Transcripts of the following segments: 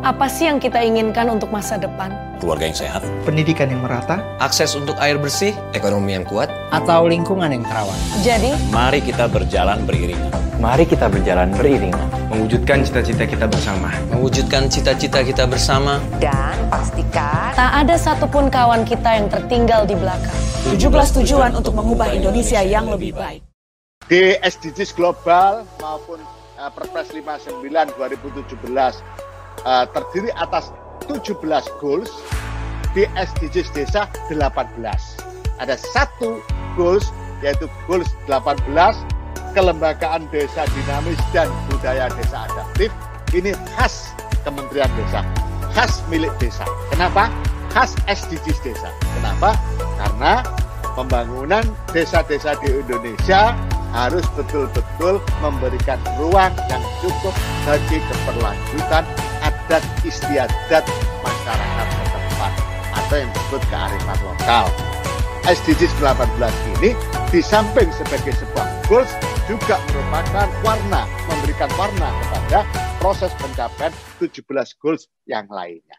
Apa sih yang kita inginkan untuk masa depan? Keluarga yang sehat, pendidikan yang merata, akses untuk air bersih, ekonomi yang kuat, atau lingkungan yang terawat. Jadi, mari kita berjalan beriringan. Mari kita berjalan beriringan. Mewujudkan cita-cita kita bersama. Mewujudkan cita-cita kita bersama. Dan pastikan tak ada satupun kawan kita yang tertinggal di belakang. 17 tujuan untuk mengubah Indonesia yang lebih baik. Di SDGs global maupun Perpres 59 2017 terdiri atas 17 goals, di SDGs desa 18. Ada satu goals yaitu goals 18, kelembagaan desa dinamis dan budaya desa adaptif. Ini khas Kementerian Desa, khas milik desa. Kenapa? Khas SDGs desa. Kenapa? Karena pembangunan desa-desa di Indonesia harus betul-betul memberikan ruang yang cukup bagi keberlanjutan adat istiadat masyarakat setempat atau yang disebut kearifan lokal. SDGs 18 ini di samping sebagai sebuah goals juga merupakan warna, memberikan warna kepada proses pencapaian 17 goals yang lainnya.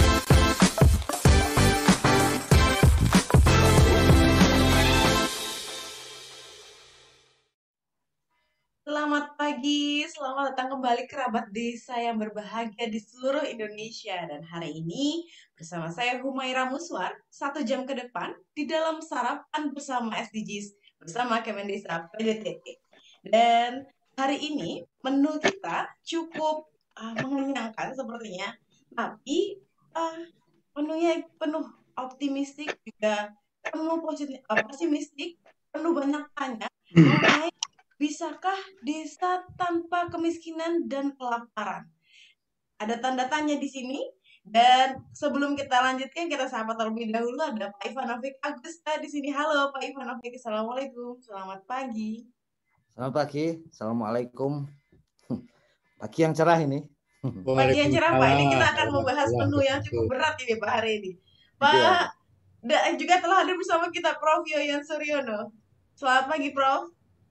Selamat pagi, selamat datang kembali kerabat desa yang berbahagia di seluruh Indonesia. Dan hari ini bersama saya Humaira Muswar, 1 jam ke depan di dalam sarapan bersama SDGs bersama Kemendesa PDTT. Dan hari ini menu kita cukup mengenyangkan sepertinya, tapi menunya penuh optimistik juga penuh pesimistik, penuh banyak tanya mengenai bisakah desa tanpa kemiskinan dan kelaparan? Ada tanda tanya di sini. Dan sebelum kita lanjutkan, kita sapa terlebih dahulu ada Pak Ivanovic Agusta di sini. Halo Pak Ivanovic, assalamualaikum. Selamat pagi. Selamat pagi, assalamualaikum. Pagi yang cerah ini. Pagi yang cerah Pak. Ini kita akan membahas menu yang cukup berat ini Pak hari ini. Pak, dan juga telah hadir bersama kita Prof. Yoyan Suryono. Selamat pagi Prof.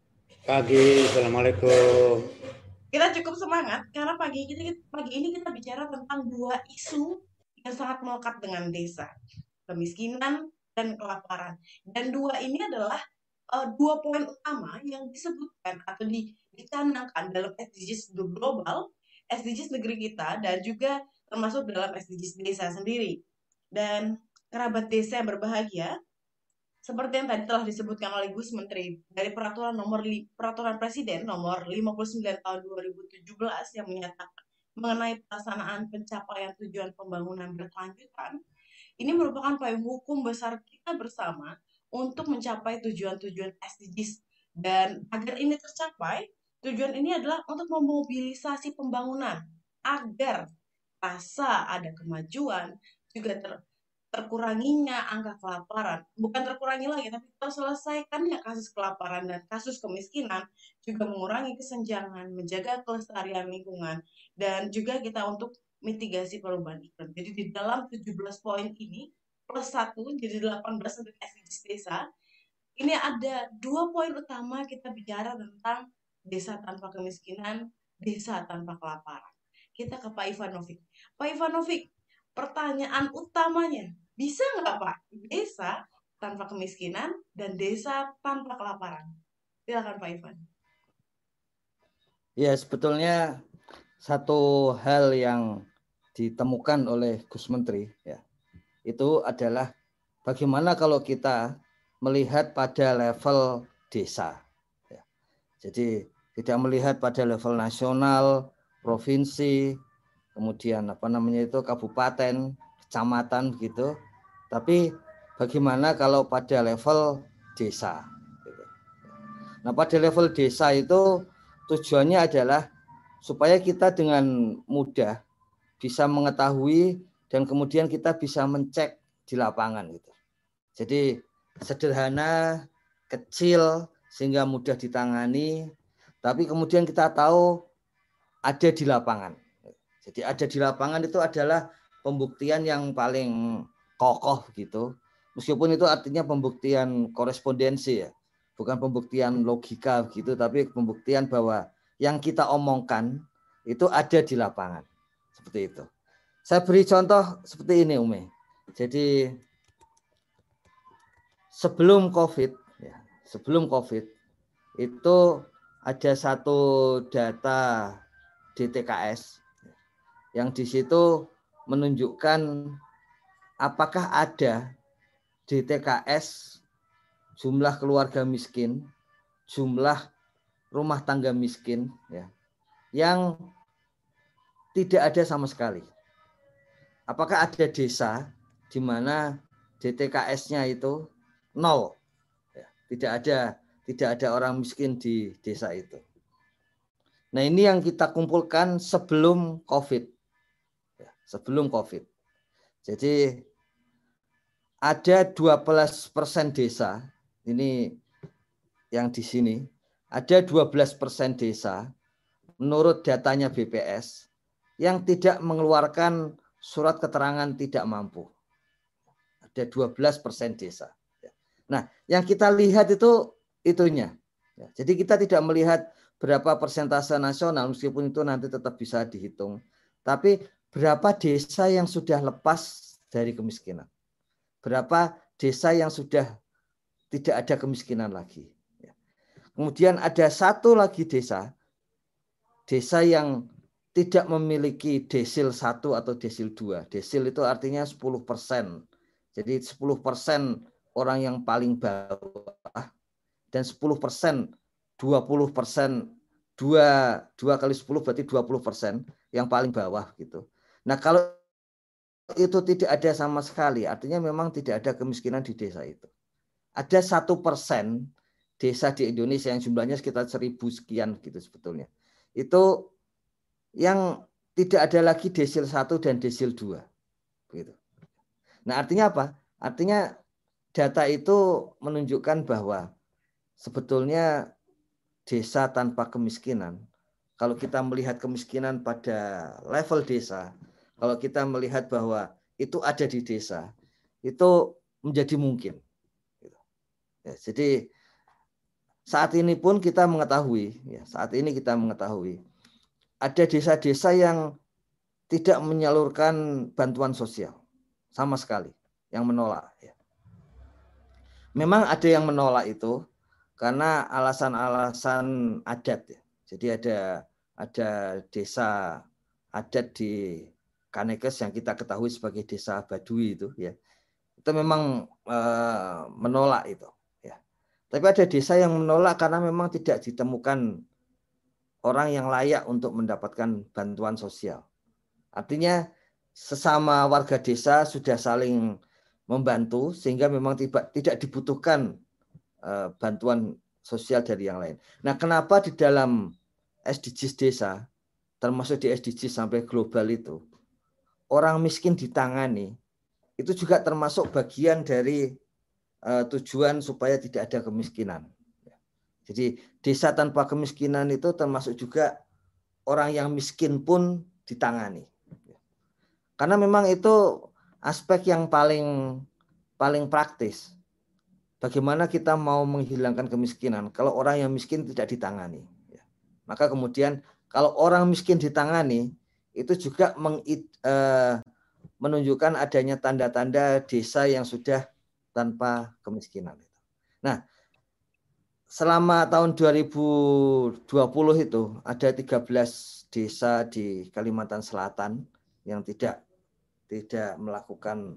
Pagi, assalamualaikum. Kita cukup semangat karena pagi ini kita bicara tentang 2 isu yang sangat melekat dengan desa, kemiskinan dan kelaparan. Dan 2 ini adalah 2 poin utama yang disebutkan atau dicanangkan dalam SDGs global, SDGs negeri kita, dan juga termasuk dalam SDGs desa sendiri. Dan kerabat desa yang berbahagia, seperti yang tadi telah disebutkan oleh Gus Menteri dari peraturan Presiden nomor 59 tahun 2017 yang menyatakan mengenai pelaksanaan pencapaian tujuan pembangunan berkelanjutan, ini merupakan payung hukum besar kita bersama untuk mencapai tujuan-tujuan SDGs. Dan agar ini tercapai, tujuan ini adalah untuk memobilisasi pembangunan agar rasa ada kemajuan juga terkuranginya angka kelaparan, bukan terkurangi lagi, tapi terselesaikannya kasus kelaparan dan kasus kemiskinan, juga mengurangi kesenjangan, menjaga kelestarian lingkungan, dan juga kita untuk mitigasi perubahan iklim. Jadi di dalam 17 poin ini, plus 1, jadi 18 untuk SDGs desa, ini ada 2 poin utama kita bicara tentang desa tanpa kemiskinan, desa tanpa kelaparan. Kita ke Pak Ivanovic. Pak Ivanovic, pertanyaan utamanya, bisa nggak Pak desa tanpa kemiskinan dan desa tanpa kelaparan? Silakan Pak Ivan. Ya, sebetulnya satu hal yang ditemukan oleh Gus Menteri ya, itu adalah bagaimana kalau kita melihat pada level desa ya. Jadi tidak melihat pada level nasional, provinsi, kemudian kabupaten, kecamatan begitu, tapi bagaimana kalau pada level desa gitu. Nah, pada level desa itu tujuannya adalah supaya kita dengan mudah bisa mengetahui dan kemudian kita bisa mencek di lapangan gitu. Jadi sederhana, kecil sehingga mudah ditangani, tapi kemudian kita tahu ada di lapangan. Jadi ada di lapangan itu adalah pembuktian yang paling kokoh gitu. Meskipun itu artinya pembuktian korespondensi ya. Bukan pembuktian logika gitu, tapi pembuktian bahwa yang kita omongkan itu ada di lapangan. Seperti itu. Saya beri contoh seperti ini, Umi. Jadi sebelum COVID itu ada satu data DTKS yang di situ menunjukkan apakah ada DTKS jumlah keluarga miskin, jumlah rumah tangga miskin, ya, yang tidak ada sama sekali. Apakah ada desa di mana DTKS-nya itu 0? Ya, tidak ada orang miskin di desa itu. Nah, ini yang kita kumpulkan sebelum COVID. Ya, sebelum COVID. Jadi ada 12% desa, ini yang di sini, ada 12% desa menurut datanya BPS yang tidak mengeluarkan surat keterangan tidak mampu. Ada 12% desa. Nah, yang kita lihat itu itunya. Jadi kita tidak melihat berapa persentase nasional, meskipun itu nanti tetap bisa dihitung. Tapi berapa desa yang sudah lepas dari kemiskinan. Berapa desa yang sudah tidak ada kemiskinan lagi. Kemudian ada satu lagi desa yang tidak memiliki desil 1 atau desil 2. Desil itu artinya 10%. Jadi 10% orang yang paling bawah dan 10%, 20%, 2 kali 10 berarti 20% yang paling bawah gitu. Nah, kalau itu tidak ada sama sekali, artinya memang tidak ada kemiskinan di desa itu. Ada 1% desa di Indonesia yang jumlahnya sekitar 1.000 sekian gitu sebetulnya. Itu yang tidak ada lagi desil 1 dan desil 2. Begitu. Nah, artinya apa? Artinya data itu menunjukkan bahwa sebetulnya desa tanpa kemiskinan, kalau kita melihat kemiskinan pada level desa, kalau kita melihat bahwa itu ada di desa, itu menjadi mungkin. Ya, jadi saat ini pun kita mengetahui, ada desa-desa yang tidak menyalurkan bantuan sosial sama sekali, yang menolak. Memang ada yang menolak itu karena alasan-alasan adat. Jadi ada desa adat di Kanekes yang kita ketahui sebagai desa Baduy itu, ya, itu memang menolak itu. Ya. Tapi ada desa yang menolak karena memang tidak ditemukan orang yang layak untuk mendapatkan bantuan sosial. Artinya sesama warga desa sudah saling membantu sehingga memang tidak dibutuhkan bantuan sosial dari yang lain. Nah, kenapa di dalam SDGs desa, termasuk di SDGs sampai global itu, orang miskin ditangani, itu juga termasuk bagian dari tujuan supaya tidak ada kemiskinan. Jadi desa tanpa kemiskinan itu termasuk juga orang yang miskin pun ditangani. Karena memang itu aspek yang paling praktis. Bagaimana kita mau menghilangkan kemiskinan kalau orang yang miskin tidak ditangani. Maka kemudian kalau orang miskin ditangani, itu juga menunjukkan adanya tanda-tanda desa yang sudah tanpa kemiskinan. Nah, selama tahun 2020 itu ada 13 desa di Kalimantan Selatan yang tidak melakukan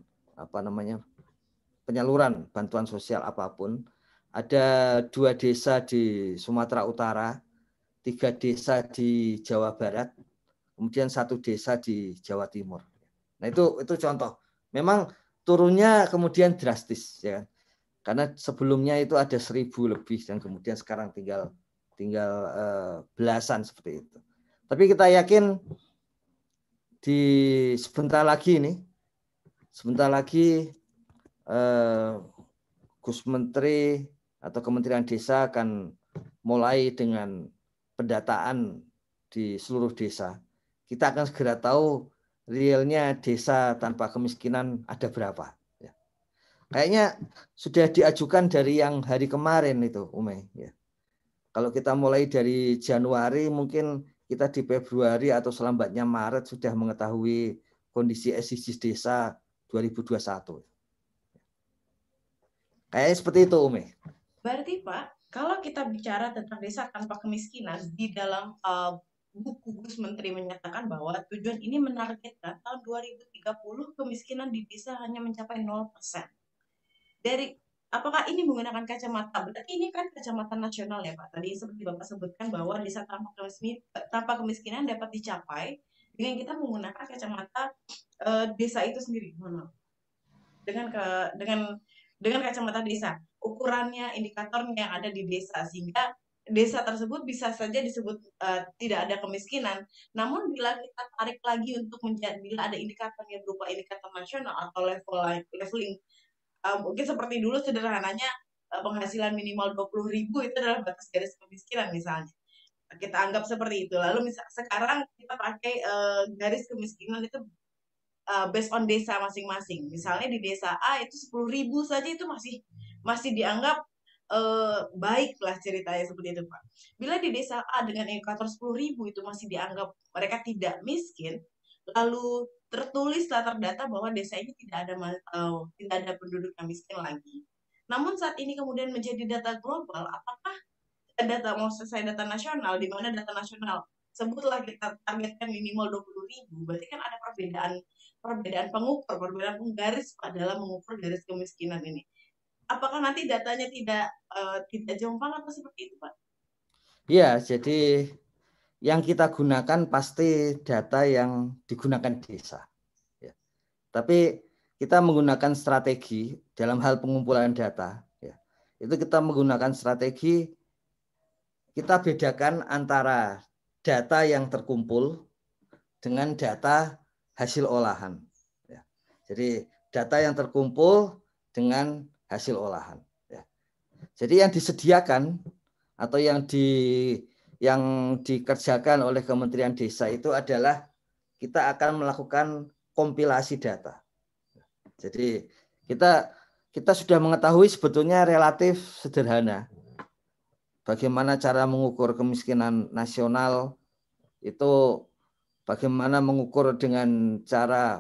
penyaluran bantuan sosial apapun. Ada 2 desa di Sumatera Utara, 3 desa di Jawa Barat, kemudian 1 desa di Jawa Timur. Nah, itu contoh. Memang turunnya kemudian drastis, ya. Karena sebelumnya itu ada 1.000 lebih dan kemudian sekarang tinggal belasan seperti itu. Tapi kita yakin sebentar lagi Gus Menteri atau Kementerian Desa akan mulai dengan pendataan di seluruh desa. Kita akan segera tahu realnya desa tanpa kemiskinan ada berapa. Kayaknya sudah diajukan dari yang hari kemarin itu, Ume. Ya. Kalau kita mulai dari Januari, mungkin kita di Februari atau selambatnya Maret sudah mengetahui kondisi SDGs desa 2021. Kayak seperti itu, Umi. Berarti Pak, kalau kita bicara tentang desa tanpa kemiskinan, di dalam buku Gus Menteri menyatakan bahwa tujuan ini menargetkan tahun 2030 kemiskinan di desa hanya mencapai 0%. Apakah ini menggunakan kacamata? Berarti ini kan kacamata nasional ya Pak. Tadi seperti Bapak sebutkan bahwa desa tanpa kemiskinan dapat dicapai dengan kita menggunakan kacamata desa itu sendiri. Dengan kacamata desa, ukurannya, indikatornya yang ada di desa, sehingga desa tersebut bisa saja disebut tidak ada kemiskinan. Namun bila kita tarik lagi untuk bila ada indikatornya berupa indikator nasional atau leveling, mungkin seperti dulu sederhananya penghasilan minimal 20.000 itu adalah batas garis kemiskinan misalnya. Kita anggap seperti itu. Lalu sekarang kita pakai garis kemiskinan itu based on desa masing-masing. Misalnya di desa A itu 10.000 saja itu masih dianggap baik lah ceritanya seperti itu Pak. Bila di desa A dengan indikator 10.000 itu masih dianggap mereka tidak miskin, lalu tertulislah terdata bahwa desa ini tidak ada penduduk yang miskin lagi. Namun saat ini kemudian menjadi data global, apakah data nasional, di mana data nasional sebutlah kita targetkan minimal 20.000, berarti kan ada perbedaan pengukur, perbedaan penggaris dalam mengukur garis kemiskinan ini. Apakah nanti datanya tidak jomplang atau seperti itu, Pak? Iya, jadi yang kita gunakan pasti data yang digunakan desa. Ya. Tapi kita menggunakan strategi dalam hal pengumpulan data. Ya. Itu kita menggunakan strategi, kita bedakan antara data yang terkumpul dengan data hasil olahan. Ya. Jadi data yang terkumpul dengan hasil olahan. Ya. Jadi yang disediakan atau yang dikerjakan oleh Kementerian Desa itu adalah kita akan melakukan kompilasi data. Jadi kita sudah mengetahui sebetulnya relatif sederhana bagaimana cara mengukur kemiskinan nasional itu, bagaimana mengukur dengan cara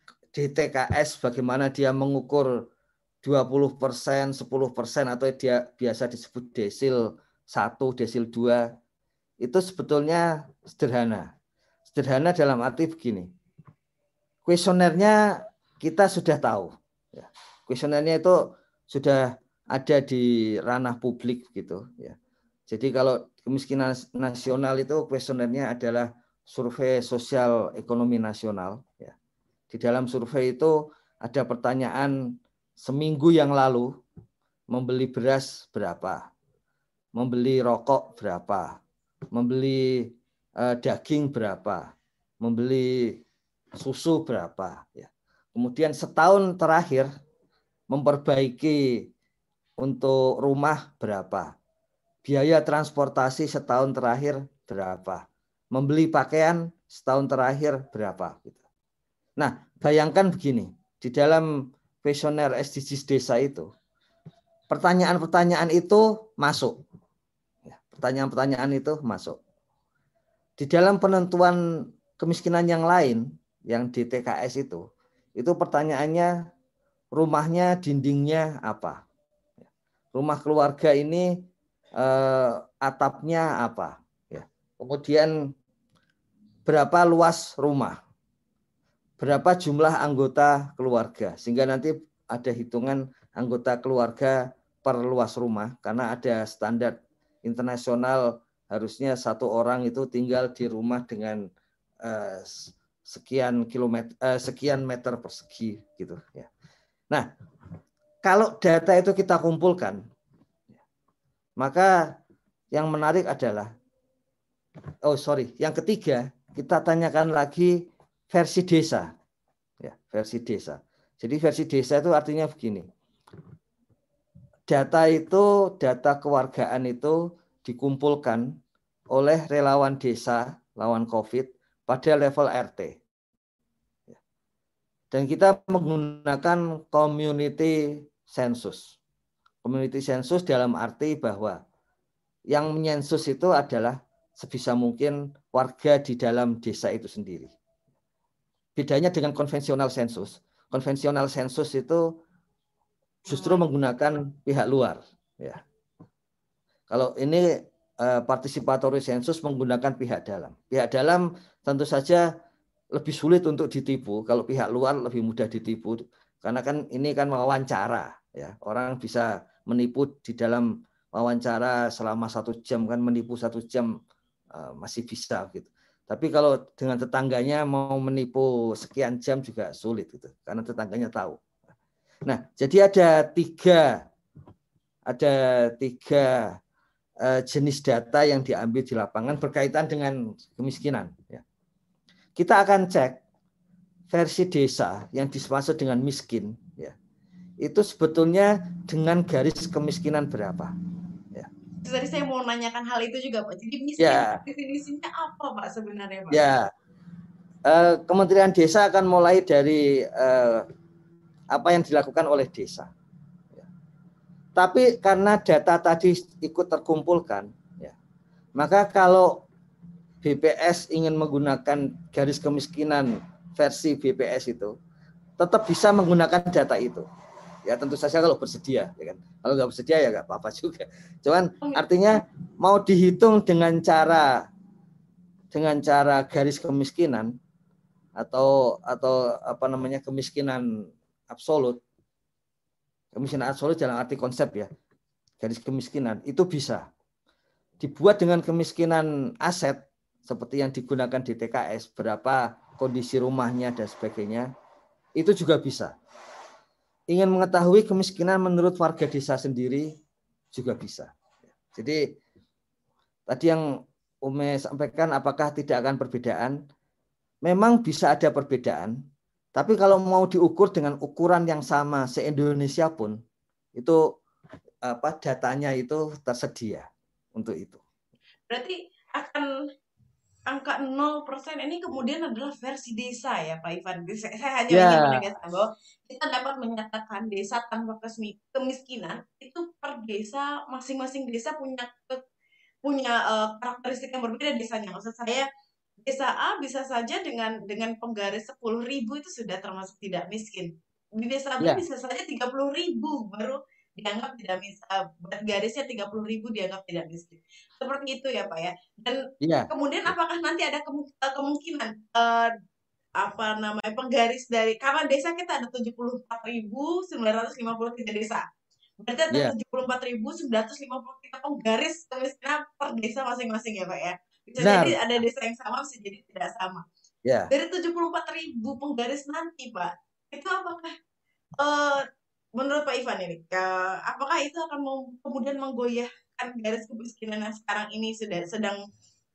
DTKS, bagaimana dia mengukur 20%, 10% atau dia biasa disebut desil 1, desil 2. Itu sebetulnya sederhana. Sederhana dalam arti begini. Kuesionernya kita sudah tahu. Ya. Kuesionernya itu sudah ada di ranah publik gitu. Ya. Jadi kalau kemiskinan nasional itu kuesionernya adalah survei sosial ekonomi nasional. Ya. Di dalam survei itu ada pertanyaan, seminggu yang lalu membeli beras berapa, membeli rokok berapa, membeli daging berapa, membeli susu berapa. Ya. Kemudian setahun terakhir memperbaiki untuk rumah berapa, biaya transportasi setahun terakhir berapa, membeli pakaian setahun terakhir berapa. Nah, bayangkan begini, di dalam kuesioner SDGs desa itu, pertanyaan-pertanyaan itu masuk. Pertanyaan-pertanyaan itu masuk. Di dalam penentuan kemiskinan yang lain, yang di TKS itu pertanyaannya rumahnya dindingnya apa? Rumah keluarga ini atapnya apa? Ya. Kemudian berapa luas rumah? Berapa jumlah anggota keluarga, sehingga nanti ada hitungan anggota keluarga per luas rumah, karena ada standar internasional harusnya satu orang itu tinggal di rumah dengan sekian meter persegi gitu ya. Nah, kalau data itu kita kumpulkan, maka yang menarik adalah yang ketiga, kita tanyakan lagi versi desa. Ya, versi desa. Jadi versi desa itu artinya begini. Data kewargaan itu dikumpulkan oleh relawan desa lawan COVID pada level RT. Dan kita menggunakan community census. Community census dalam arti bahwa yang menyensus itu adalah sebisa mungkin warga di dalam desa itu sendiri. bedanya dengan konvensional sensus. Konvensional sensus itu justru menggunakan pihak luar. Ya. Kalau ini participatory sensus menggunakan pihak dalam. Pihak dalam tentu saja lebih sulit untuk ditipu. Kalau pihak luar lebih mudah ditipu. Karena kan ini kan wawancara. Ya. Orang bisa menipu di dalam wawancara selama 1 jam, kan menipu 1 jam masih bisa gitu. Tapi kalau dengan tetangganya mau menipu sekian jam juga sulit gitu, karena tetangganya tahu. Nah, jadi ada tiga jenis data yang diambil di lapangan berkaitan dengan kemiskinan. Ya. Kita akan cek versi desa yang dimaksud dengan miskin, ya, itu sebetulnya dengan garis kemiskinan berapa. Tadi saya mau nanyakan hal itu juga, Pak. Jadi miskin definisinya apa, Pak, sebenarnya, Pak? Ya, Kementerian Desa akan mulai dari apa yang dilakukan oleh desa. Ya. Tapi karena data tadi ikut terkumpulkan, ya, maka kalau BPS ingin menggunakan garis kemiskinan versi BPS itu, tetap bisa menggunakan data itu. Ya tentu saja kalau bersedia, ya kan. Kalau nggak bersedia ya nggak apa-apa juga. Cuman artinya mau dihitung dengan cara garis kemiskinan atau apa namanya kemiskinan absolut. Kemiskinan absolut dalam arti konsep ya. Garis kemiskinan itu bisa dibuat dengan kemiskinan aset seperti yang digunakan di TKS, berapa kondisi rumahnya dan sebagainya. Itu juga bisa. Ingin mengetahui kemiskinan menurut warga desa sendiri juga bisa. Jadi tadi yang Ume sampaikan apakah tidak akan perbedaan? Memang bisa ada perbedaan, tapi kalau mau diukur dengan ukuran yang sama se-Indonesia pun itu datanya itu tersedia untuk itu. Berarti akan angka 0% ini kemudian adalah versi desa ya Pak Ivan. Saya hanya ingin menegaskan bahwa kita dapat menyatakan desa tanpa kemiskinan itu per desa, masing-masing desa punya karakteristik yang berbeda desanya. Maksud saya desa A bisa saja dengan penggaris 10.000 itu sudah termasuk tidak miskin. Di desa B bisa saja 30.000 baru dianggap tidak miskin, garisnya 30.000 dianggap tidak miskin. Seperti itu ya Pak ya. Dan kemudian apakah nanti ada kemungkinan penggaris dari, karena desa kita ada 74.953 desa. Berarti ada 74.953 penggaris kemiskinan per desa masing-masing ya Pak ya. Bisa jadi ada desa yang sama, bisa jadi tidak sama. Dari 74.000 penggaris nanti Pak, itu apakah menurut Pak Ivan ini, apakah itu akan kemudian menggoyahkan garis kemiskinan yang sekarang ini sedang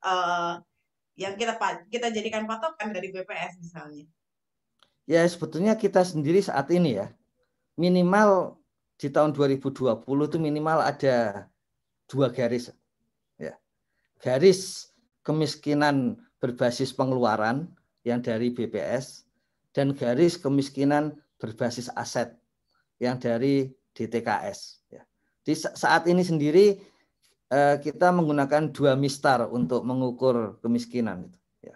yang kita jadikan patokan dari BPS misalnya? Ya sebetulnya kita sendiri saat ini ya minimal di tahun 2020 itu minimal ada 2 garis, ya, garis kemiskinan berbasis pengeluaran yang dari BPS dan garis kemiskinan berbasis aset yang dari DTKS. Ya. Di saat ini sendiri kita menggunakan 2 mistar untuk mengukur kemiskinan. Ya.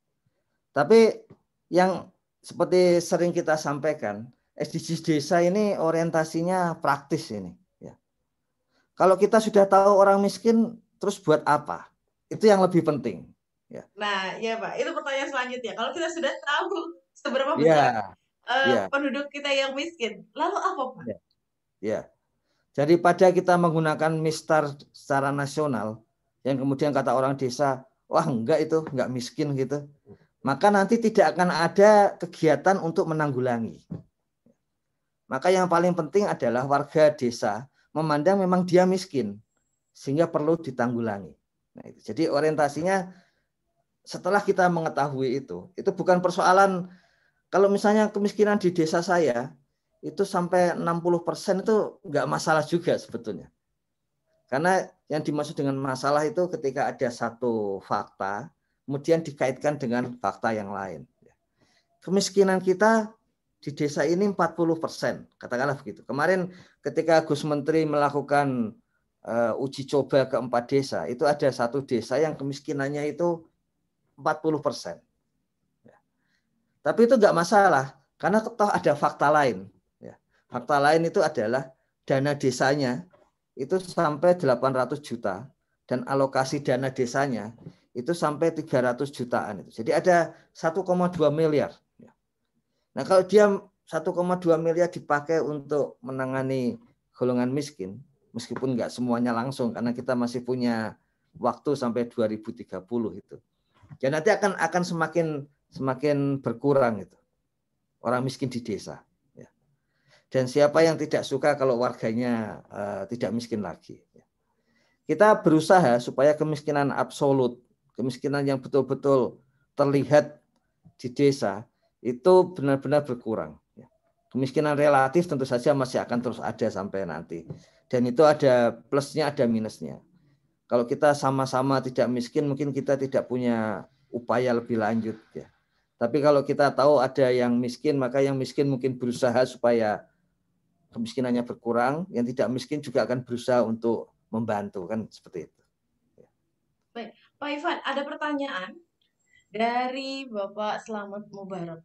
Tapi yang seperti sering kita sampaikan, SDGs desa ini orientasinya praktis ini. Ya. Kalau kita sudah tahu orang miskin, terus buat apa? Itu yang lebih penting. Ya. Nah, ya Pak, itu pertanyaan selanjutnya. Kalau kita sudah tahu seberapa besar penduduk kita yang miskin, lalu apa Pak? Ya. Daripada kita menggunakan mistar secara nasional, yang kemudian kata orang desa, wah enggak itu, enggak miskin gitu. Maka nanti tidak akan ada kegiatan untuk menanggulangi. Maka yang paling penting adalah warga desa memandang memang dia miskin, sehingga perlu ditanggulangi. Nah, itu. Jadi orientasinya setelah kita mengetahui itu bukan persoalan. Kalau misalnya kemiskinan di desa saya itu sampai 60% itu enggak masalah juga sebetulnya. Karena yang dimaksud dengan masalah itu ketika ada satu fakta, kemudian dikaitkan dengan fakta yang lain. Kemiskinan kita di desa ini 40%, katakanlah begitu. Kemarin ketika Gus Menteri melakukan uji coba ke 4 desa, itu ada 1 desa yang kemiskinannya itu 40%. Tapi itu nggak masalah, karena toh ada fakta lain. Ya. Fakta lain itu adalah dana desanya itu sampai 800 juta dan alokasi dana desanya itu sampai 300 jutaan itu. Jadi ada 1,2 miliar. Nah, kalau dia 1,2 miliar dipakai untuk menangani golongan miskin, meskipun nggak semuanya langsung karena kita masih punya waktu sampai 2030 itu. Ya nanti akan semakin berkurang itu orang miskin di desa. Ya. Dan siapa yang tidak suka kalau warganya tidak miskin lagi. Ya. Kita berusaha supaya kemiskinan absolut, kemiskinan yang betul-betul terlihat di desa itu benar-benar berkurang. Ya. Kemiskinan relatif tentu saja masih akan terus ada sampai nanti. Dan itu ada plusnya, ada minusnya. Kalau kita sama-sama tidak miskin, mungkin kita tidak punya upaya lebih lanjut. Ya. Tapi kalau kita tahu ada yang miskin, maka yang miskin mungkin berusaha supaya kemiskinannya berkurang. Yang tidak miskin juga akan berusaha untuk membantu, kan seperti itu. Ya. Baik, Pak Ivan, ada pertanyaan dari Bapak Slamet Mubarok.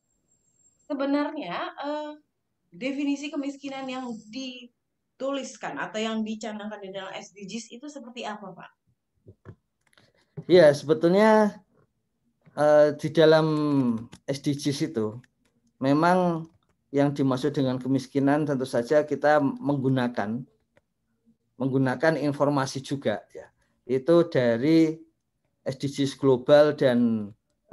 Sebenarnya definisi kemiskinan yang dituliskan atau yang dicanangkan di dalam SDGs itu seperti apa, Pak? Ya, sebetulnya di dalam SDGs itu memang yang dimaksud dengan kemiskinan tentu saja kita menggunakan informasi juga ya. Itu dari SDGs global dan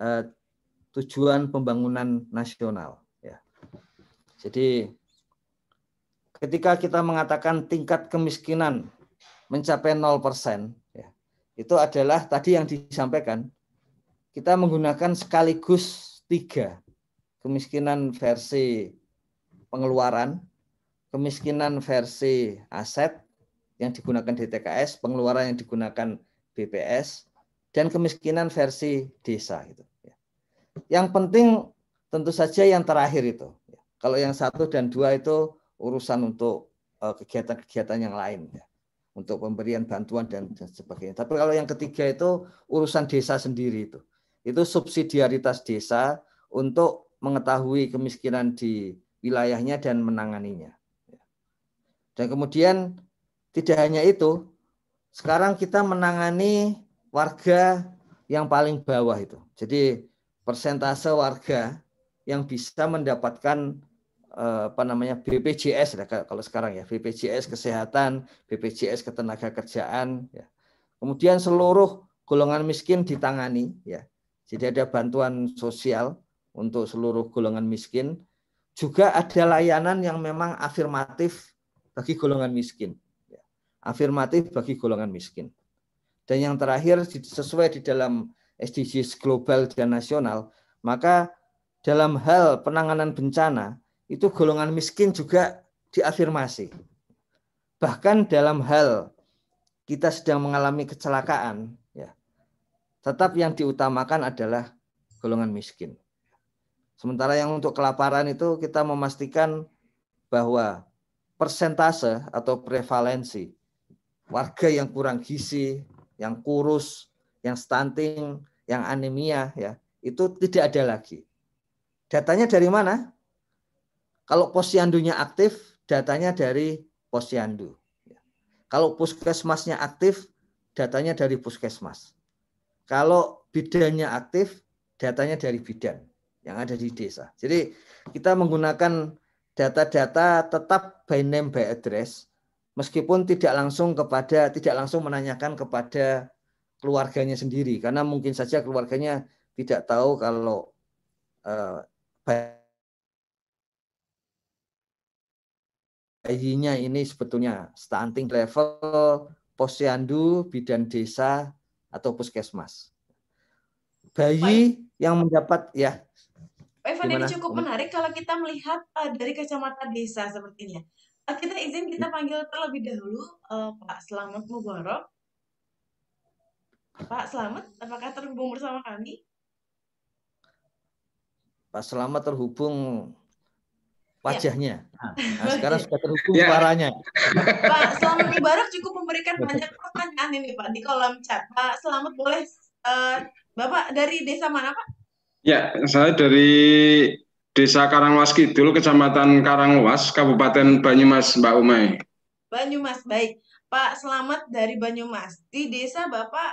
tujuan pembangunan nasional ya. Jadi ketika kita mengatakan tingkat kemiskinan mencapai 0%, ya, itu adalah tadi yang disampaikan, kita menggunakan sekaligus 3. Kemiskinan versi pengeluaran, kemiskinan versi aset yang digunakan DTKS, pengeluaran yang digunakan BPS, dan kemiskinan versi desa. Gitu. Yang penting tentu saja yang terakhir itu. Kalau yang 1 dan 2 itu urusan untuk kegiatan-kegiatan yang lain ya, untuk pemberian bantuan dan sebagainya. Tapi kalau yang ketiga itu urusan desa sendiri itu subsidiaritas desa untuk mengetahui kemiskinan di wilayahnya dan menanganinya. Dan kemudian tidak hanya itu, sekarang kita menangani warga yang paling bawah itu. Jadi persentase warga yang bisa mendapatkan BPJS kalau sekarang ya, BPJS kesehatan, BPJS ketenaga kerjaan ya. Kemudian seluruh golongan miskin ditangani ya. Jadi ada bantuan sosial untuk seluruh golongan miskin. Juga ada layanan yang memang afirmatif bagi golongan miskin. Ya. Afirmatif bagi golongan miskin. Dan yang terakhir sesuai di dalam SDGs global dan nasional, maka dalam hal penanganan bencana itu golongan miskin juga diafirmasi. Bahkan dalam hal kita sedang mengalami kecelakaan, ya, tetap yang diutamakan adalah golongan miskin. Sementara yang untuk kelaparan itu kita memastikan bahwa persentase atau prevalensi warga yang kurang gizi, yang kurus, yang stunting, yang anemia, ya, itu tidak ada lagi. Datanya dari mana? Kalau posyandunya aktif, datanya dari posyandu. Kalau puskesmasnya aktif, datanya dari puskesmas. Kalau bidannya aktif, datanya dari bidan yang ada di desa. Jadi kita menggunakan data-data tetap by name by address, meskipun tidak langsung menanyakan kepada keluarganya sendiri, karena mungkin saja keluarganya tidak tahu kalau bayinya ini sebetulnya stunting level posyandu, bidan desa, atau puskesmas. Bayi yang mendapat ya. Pak Ivan, ini cukup menarik kalau kita melihat dari kacamata desa sepertinya. Kita panggil terlebih dahulu Pak Slamet Mubarok. Pak Slamet, apakah terhubung bersama kami? Pak Slamet terhubung wajahnya. Nah, sekarang sudah terhubung suaranya. Pak Slamet Mubarok cukup memberikan banyak pertanyaan ini Pak di kolom chat. Pak Slamet boleh, Bapak dari desa mana Pak? Ya, saya dari Desa Karangwas Kidul, Kecamatan Karangwas, Kabupaten Banyumas, Mbak Umay. Banyumas, baik. Pak Selamat dari Banyumas. Di desa Bapak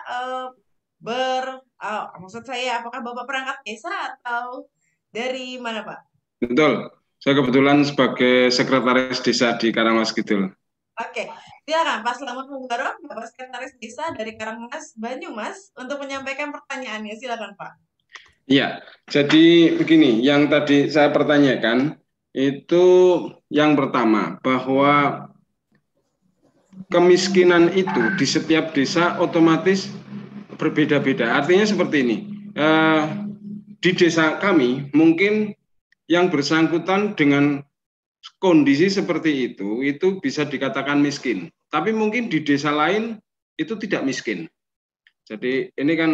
maksud saya, apakah Bapak perangkat desa atau dari mana, Pak? Betul. Saya kebetulan sebagai sekretaris desa di Karangwas Kidul. Oke, silakan Pak Selamat Mubarok, Bapak Sekretaris Desa dari Karangwas, Banyumas, untuk menyampaikan pertanyaannya. Silakan, Pak. Iya, jadi begini, yang tadi saya pertanyakan itu yang pertama, bahwa kemiskinan itu di setiap desa otomatis berbeda-beda. Artinya seperti ini, di desa kami mungkin yang bersangkutan dengan kondisi seperti itu bisa dikatakan miskin. Tapi mungkin di desa lain itu tidak miskin. Jadi ini kan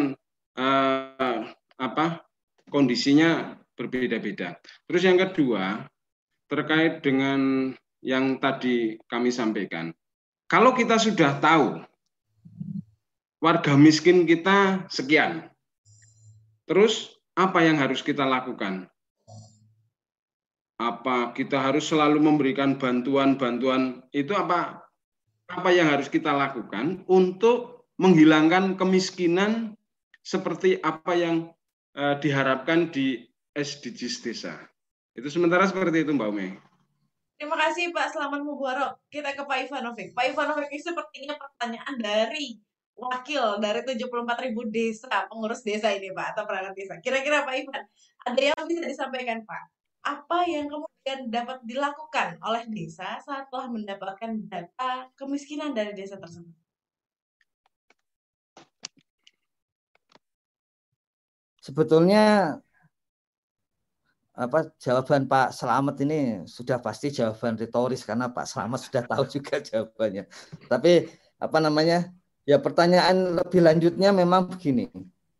kondisinya berbeda-beda. Terus yang kedua, terkait dengan yang tadi kami sampaikan. Kalau kita sudah tahu warga miskin kita sekian, terus apa yang harus kita lakukan? Apa kita harus selalu memberikan bantuan-bantuan? Itu apa yang harus kita lakukan untuk menghilangkan kemiskinan seperti apa yang diharapkan di SDGs desa. Itu sementara seperti itu, Mbak Umi. Terima kasih Pak Selamat Mubarok. Kita ke Pak Ivanovic. Pak Ivanovic, ini sepertinya pertanyaan dari wakil dari 74.000 desa, pengurus desa ini Pak, atau perangkat desa. Kira-kira Pak Ivan, ada yang bisa disampaikan Pak? Apa yang kemudian dapat dilakukan oleh desa setelah mendapatkan data kemiskinan dari desa tersebut? Sebetulnya jawaban Pak Selamat ini sudah pasti jawaban retoris karena Pak Selamat sudah tahu juga jawabannya. Tapi pertanyaan lebih lanjutnya memang begini.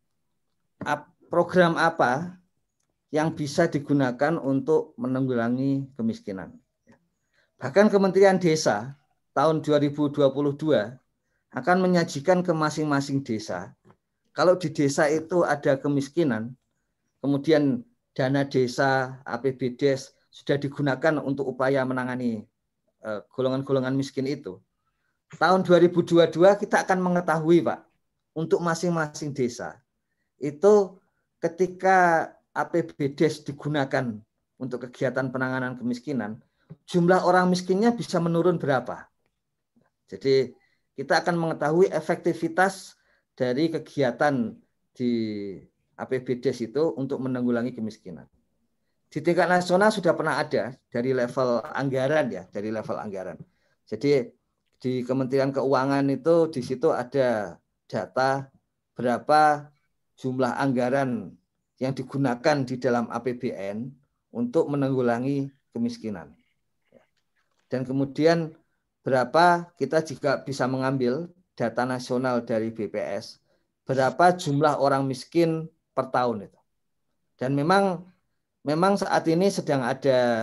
Program apa yang bisa digunakan untuk menanggulangi kemiskinan? Bahkan Kementerian Desa tahun 2022 akan menyajikan ke masing-masing desa. Kalau di desa itu ada kemiskinan, kemudian dana desa, APBDes sudah digunakan untuk upaya menangani golongan-golongan miskin itu. Tahun 2022 kita akan mengetahui, Pak, untuk masing-masing desa. Itu ketika APBDes digunakan untuk kegiatan penanganan kemiskinan, jumlah orang miskinnya bisa menurun berapa. Jadi kita akan mengetahui efektivitas dari kegiatan di APBDes itu untuk menanggulangi kemiskinan. Di tingkat nasional sudah pernah ada dari level anggaran ya, dari level anggaran. Jadi di Kementerian Keuangan itu di situ ada data berapa jumlah anggaran yang digunakan di dalam APBN untuk menanggulangi kemiskinan. Dan kemudian berapa kita juga bisa mengambil data nasional dari BPS, berapa jumlah orang miskin per tahun itu. Dan memang saat ini sedang ada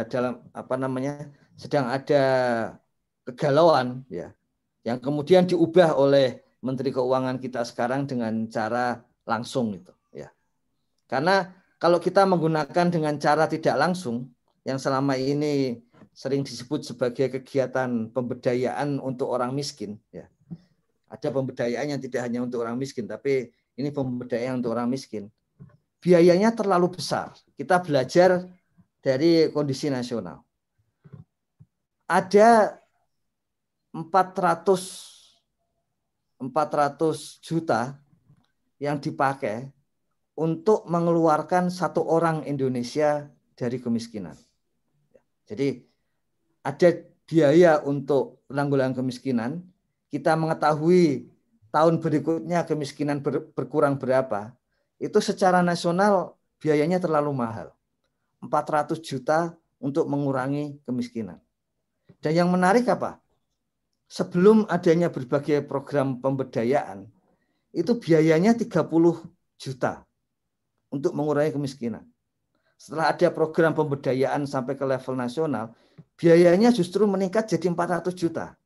sedang ada kegalauan ya, yang kemudian diubah oleh Menteri Keuangan kita sekarang dengan cara langsung itu ya. Karena kalau kita menggunakan dengan cara tidak langsung yang selama ini sering disebut sebagai kegiatan pemberdayaan untuk orang miskin ya. Ada pemberdayaan yang tidak hanya untuk orang miskin, tapi ini pemberdayaan untuk orang miskin. Biayanya terlalu besar. Kita belajar dari kondisi nasional. Ada 400 juta yang dipakai untuk mengeluarkan satu orang Indonesia dari kemiskinan. Jadi ada biaya untuk penanggulangan kemiskinan. Kita mengetahui tahun berikutnya kemiskinan berkurang berapa, itu secara nasional biayanya terlalu mahal. 400 juta untuk mengurangi kemiskinan. Dan yang menarik apa? Sebelum adanya berbagai program pemberdayaan, itu biayanya 30 juta untuk mengurangi kemiskinan. Setelah ada program pemberdayaan sampai ke level nasional, biayanya justru meningkat jadi 400 juta.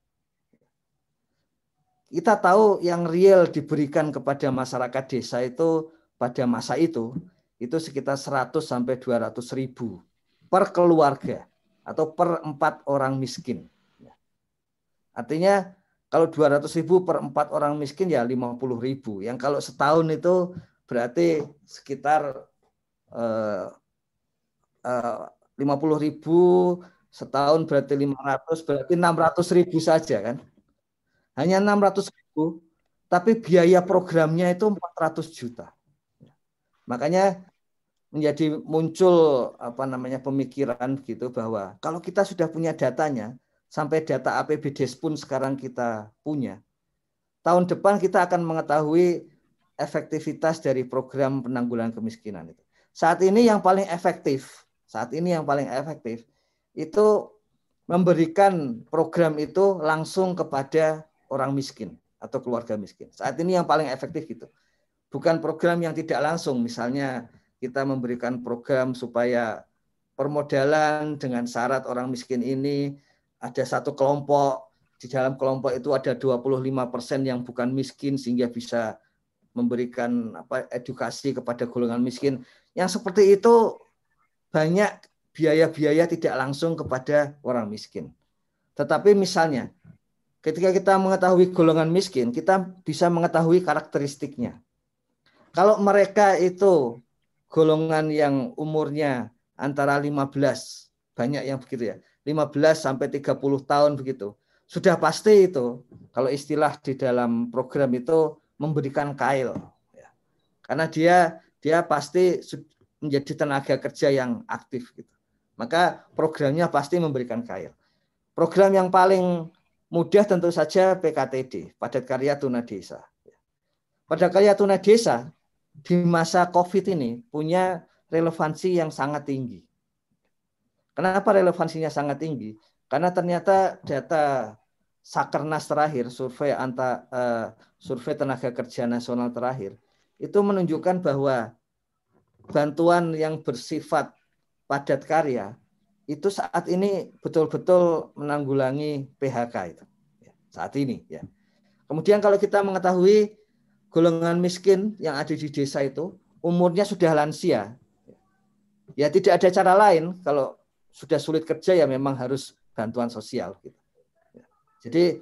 Kita tahu yang real diberikan kepada masyarakat desa itu pada masa itu itu sekitar 100 sampai 200 ribu per keluarga atau per 4 orang miskin. Artinya kalau 200 ribu per 4 orang miskin ya 50 ribu. Yang kalau setahun itu berarti sekitar 50 ribu, setahun berarti 500, berarti 600 ribu saja kan. Hanya 600 ribu, tapi biaya programnya itu 400 juta. Makanya menjadi muncul pemikiran gitu bahwa kalau kita sudah punya datanya, sampai data APBDes pun sekarang kita punya, tahun depan kita akan mengetahui efektivitas dari program penanggulangan kemiskinan itu. Saat ini yang paling efektif itu memberikan program itu langsung kepada orang miskin atau keluarga miskin. Saat ini yang paling efektif gitu. Bukan program yang tidak langsung, misalnya kita memberikan program supaya permodalan dengan syarat orang miskin ini ada satu kelompok, di dalam kelompok itu ada 25% yang bukan miskin sehingga bisa memberikan edukasi kepada golongan miskin. Yang seperti itu banyak biaya-biaya tidak langsung kepada orang miskin. Tetapi misalnya ketika kita mengetahui golongan miskin, kita bisa mengetahui karakteristiknya. Kalau mereka itu golongan yang umurnya antara 15, banyak yang begitu ya, 15 sampai 30 tahun begitu. Sudah pasti itu, kalau istilah di dalam program itu memberikan kail. Karena dia pasti menjadi tenaga kerja yang aktif gitu. Maka programnya pasti memberikan kail. Program yang paling mudah tentu saja PKTD, Padat Karya Tunadesa. Padat Karya Tunadesa di masa COVID ini punya relevansi yang sangat tinggi. Kenapa relevansinya sangat tinggi? Karena ternyata data Sakernas terakhir, survei tenaga kerja nasional terakhir, itu menunjukkan bahwa bantuan yang bersifat padat karya itu saat ini betul-betul menanggulangi PHK itu. Saat ini ya. Kemudian kalau kita mengetahui golongan miskin yang ada di desa itu umurnya sudah lansia. Ya tidak ada cara lain, kalau sudah sulit kerja ya memang harus bantuan sosial gitu. Jadi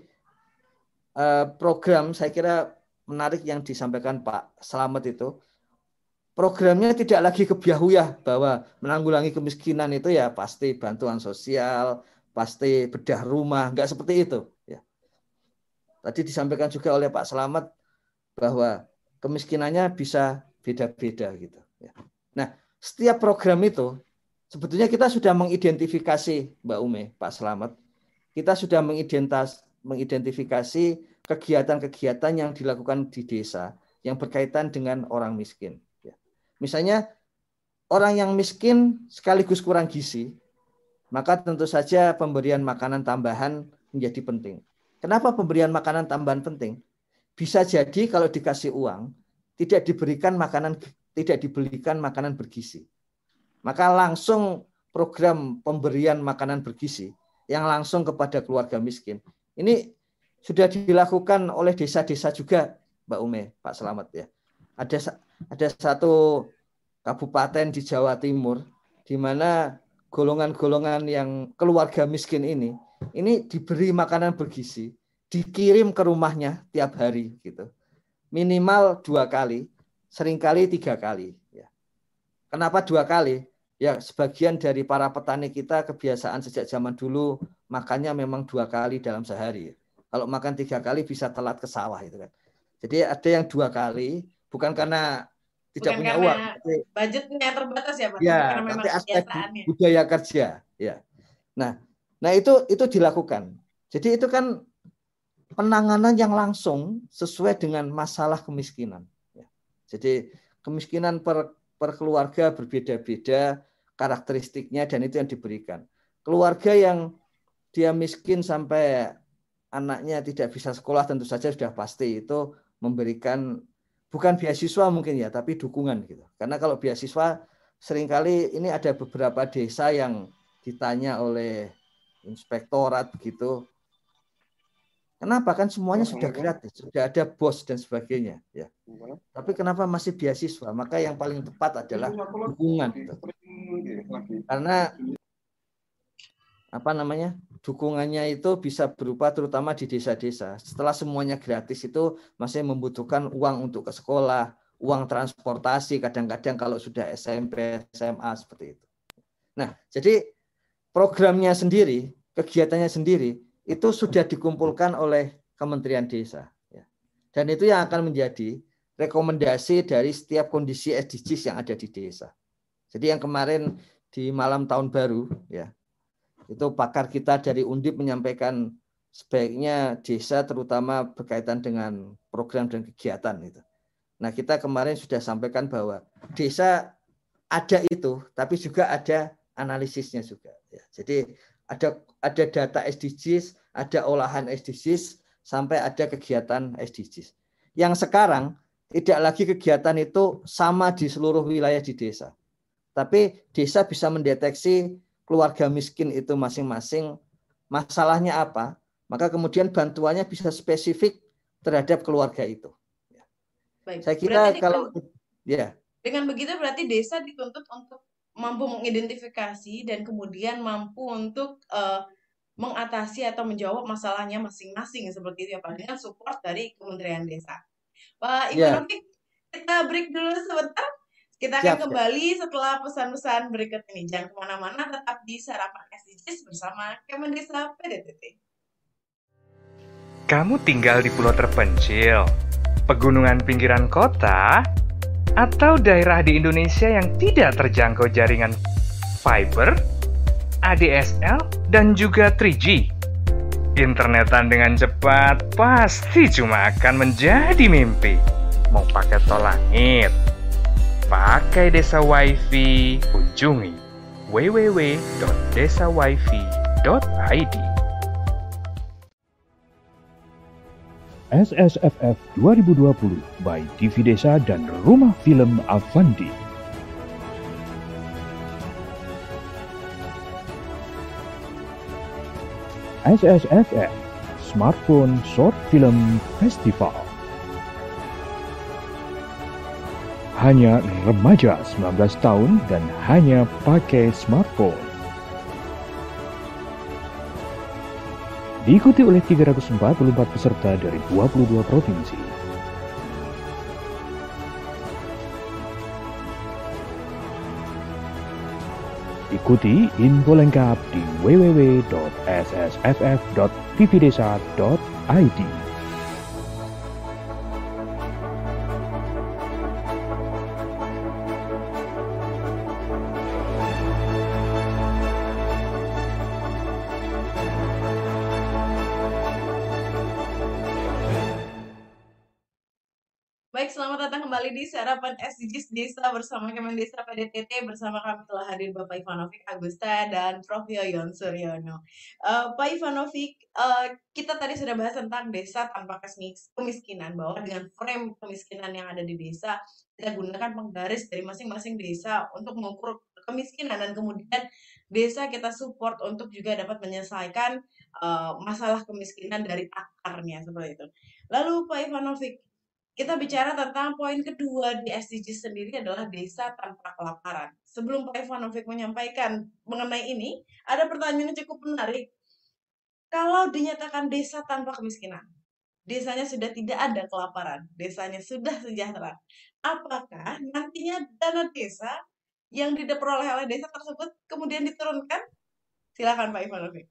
program saya kira menarik yang disampaikan Pak Slamet itu. Programnya tidak lagi kebiahuyah bahwa menanggulangi kemiskinan itu ya pasti bantuan sosial, pasti bedah rumah, enggak seperti itu. Ya. Tadi disampaikan juga oleh Pak Slamet bahwa kemiskinannya bisa beda-beda gitu. Ya. Nah, setiap program itu sebetulnya kita sudah mengidentifikasi Mbak Ume, Pak Slamet, kita sudah mengidentifikasi kegiatan-kegiatan yang dilakukan di desa yang berkaitan dengan orang miskin. Misalnya orang yang miskin sekaligus kurang gizi, maka tentu saja pemberian makanan tambahan menjadi penting. Kenapa pemberian makanan tambahan penting? Bisa jadi kalau dikasih uang tidak dibelikan makanan bergizi. Maka langsung program pemberian makanan bergizi yang langsung kepada keluarga miskin. Ini sudah dilakukan oleh desa-desa juga, Mbak Ume, Pak Slamet ya. Ada satu kabupaten di Jawa Timur di mana golongan-golongan yang keluarga miskin ini diberi makanan bergizi, dikirim ke rumahnya tiap hari gitu. Minimal 2 kali, seringkali 3 kali ya. Kenapa 2 kali? Ya sebagian dari para petani kita kebiasaan sejak zaman dulu makannya memang 2 kali dalam sehari. Kalau makan 3 kali bisa telat ke sawah itu kan. Jadi ada yang 2 kali, bukan karena tidak punya uang, budgetnya terbatas ya Pak. Ya, tapi aspek budaya kerja. Ya. Nah itu dilakukan. Jadi itu kan penanganan yang langsung sesuai dengan masalah kemiskinan. Ya. Jadi kemiskinan per keluarga berbeda-beda karakteristiknya dan itu yang diberikan. Keluarga yang dia miskin sampai anaknya tidak bisa sekolah tentu saja sudah pasti itu memberikan bukan beasiswa mungkin ya, tapi dukungan gitu. Karena kalau beasiswa seringkali ini ada beberapa desa yang ditanya oleh inspektorat gitu, Kenapa? Kan semuanya sudah gratis, sudah ada BOS dan sebagainya, ya. Tapi kenapa masih beasiswa? Maka yang paling tepat adalah dukungan. Gitu. Karena dukungannya itu bisa berupa terutama di desa-desa. Setelah semuanya gratis itu masih membutuhkan uang untuk ke sekolah, uang transportasi, kadang-kadang kalau sudah SMP, SMA seperti itu. Nah, jadi programnya sendiri, kegiatannya sendiri itu sudah dikumpulkan oleh Kementerian Desa. Dan itu yang akan menjadi rekomendasi dari setiap kondisi SDGs yang ada di desa. Jadi yang kemarin di malam tahun baru, ya, itu pakar kita dari Undip menyampaikan sebaiknya desa terutama berkaitan dengan program dan kegiatan itu. Nah, kita kemarin sudah sampaikan bahwa desa ada itu, tapi juga ada analisisnya juga. Ya. Jadi ada data SDGs, ada olahan SDGs, sampai ada kegiatan SDGs. Yang sekarang tidak lagi kegiatan itu sama di seluruh wilayah di desa. Tapi desa bisa mendeteksi keluarga miskin itu masing-masing masalahnya apa, maka kemudian bantuannya bisa spesifik terhadap keluarga itu. Baik. Saya kira kalau dengan begitu berarti desa dituntut untuk mampu mengidentifikasi dan kemudian mampu untuk mengatasi atau menjawab masalahnya masing-masing seperti itu ya Pak, dengan support dari Kementerian Desa. Pak Ivanovic, kita break dulu sebentar. Kita akan kembali setelah pesan-pesan berikut ini. Jangan kemana-mana, tetap di Sarapan SDGs bersama Kemendesa PDTT. Kamu tinggal di pulau terpencil, pegunungan pinggiran kota, atau daerah di Indonesia yang tidak terjangkau jaringan fiber, ADSL, dan juga 3G. Internetan dengan cepat pasti cuma akan menjadi mimpi. Mau pakai tol langit, pakai Desa Wifi, kunjungi www.desawifi.id. SSFF 2020 by TV Desa dan Rumah Film Avandi. SSFF Smartphone Short Film Festival. Hanya remaja 19 tahun dan hanya pakai smartphone. Diikuti oleh 344 peserta dari 22 provinsi. Ikuti info lengkap di www.ssff.tvdesa.id. Baik, selamat datang kembali di Sarapan SDGs Desa bersama Kemendesa PDTT. Bersama kami telah hadir Bapak Ivanovic Agusta dan Prof. Yoyon Suryono. Pak Ivanovic, kita tadi sudah bahas tentang desa tanpa kemiskinan, bahwa dengan frame kemiskinan yang ada di desa, kita gunakan penggaris dari masing-masing desa untuk mengukur kemiskinan, dan kemudian desa kita support untuk juga dapat menyelesaikan masalah kemiskinan dari akarnya, seperti itu. Lalu Pak Ivanovic, kita bicara tentang poin kedua di SDGs sendiri adalah desa tanpa kelaparan. Sebelum Pak Ivanovic menyampaikan mengenai ini, ada pertanyaan yang cukup menarik. Kalau dinyatakan desa tanpa kemiskinan, desanya sudah tidak ada kelaparan, desanya sudah sejahtera, apakah nantinya dana desa yang diperoleh oleh desa tersebut kemudian diturunkan? Silakan Pak Ivanovic.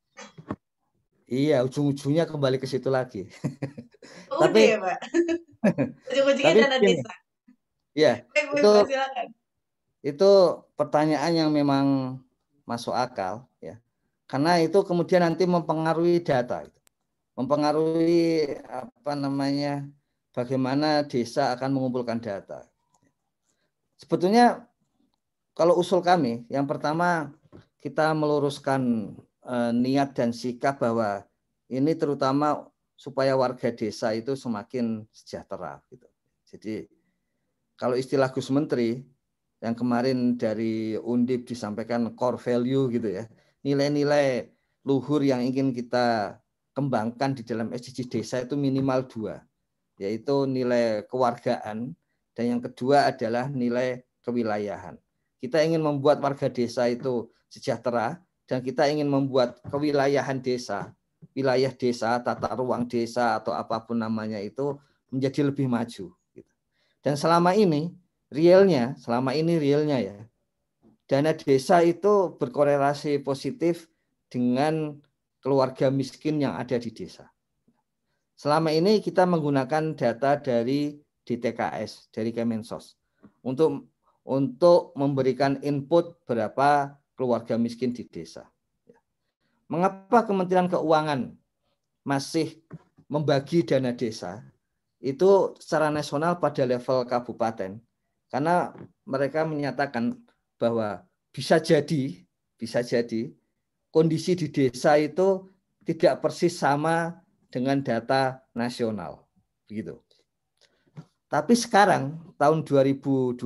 Iya, ujung-ujungnya kembali ke situ lagi. Udah ya, Pak. Ujung-ujungnya dana desa. Ya, silakan. Itu pertanyaan yang memang masuk akal, ya. Karena itu kemudian nanti mempengaruhi data, mempengaruhi bagaimana desa akan mengumpulkan data. Sebetulnya kalau usul kami, yang pertama kita meluruskan niat dan sikap bahwa ini terutama supaya warga desa itu semakin sejahtera gitu. Jadi kalau istilah Gus Menteri yang kemarin dari Undip disampaikan core value gitu ya, nilai-nilai luhur yang ingin kita kembangkan di dalam SDGs desa itu minimal 2, yaitu nilai kewargaan dan yang kedua adalah nilai kewilayahan. Kita ingin membuat warga desa itu sejahtera dan kita ingin membuat kewilayahan desa, wilayah desa, tata ruang desa atau apapun namanya itu menjadi lebih maju. Dan selama ini realnya ya, dana desa itu berkorelasi positif dengan keluarga miskin yang ada di desa. Selama ini kita menggunakan data dari DTKS, dari Kemensos, untuk memberikan input berapa keluarga miskin di desa. Mengapa Kementerian Keuangan masih membagi dana desa itu secara nasional pada level kabupaten? Karena mereka menyatakan bahwa bisa jadi kondisi di desa itu tidak persis sama dengan data nasional, begitu. Tapi sekarang tahun 2021,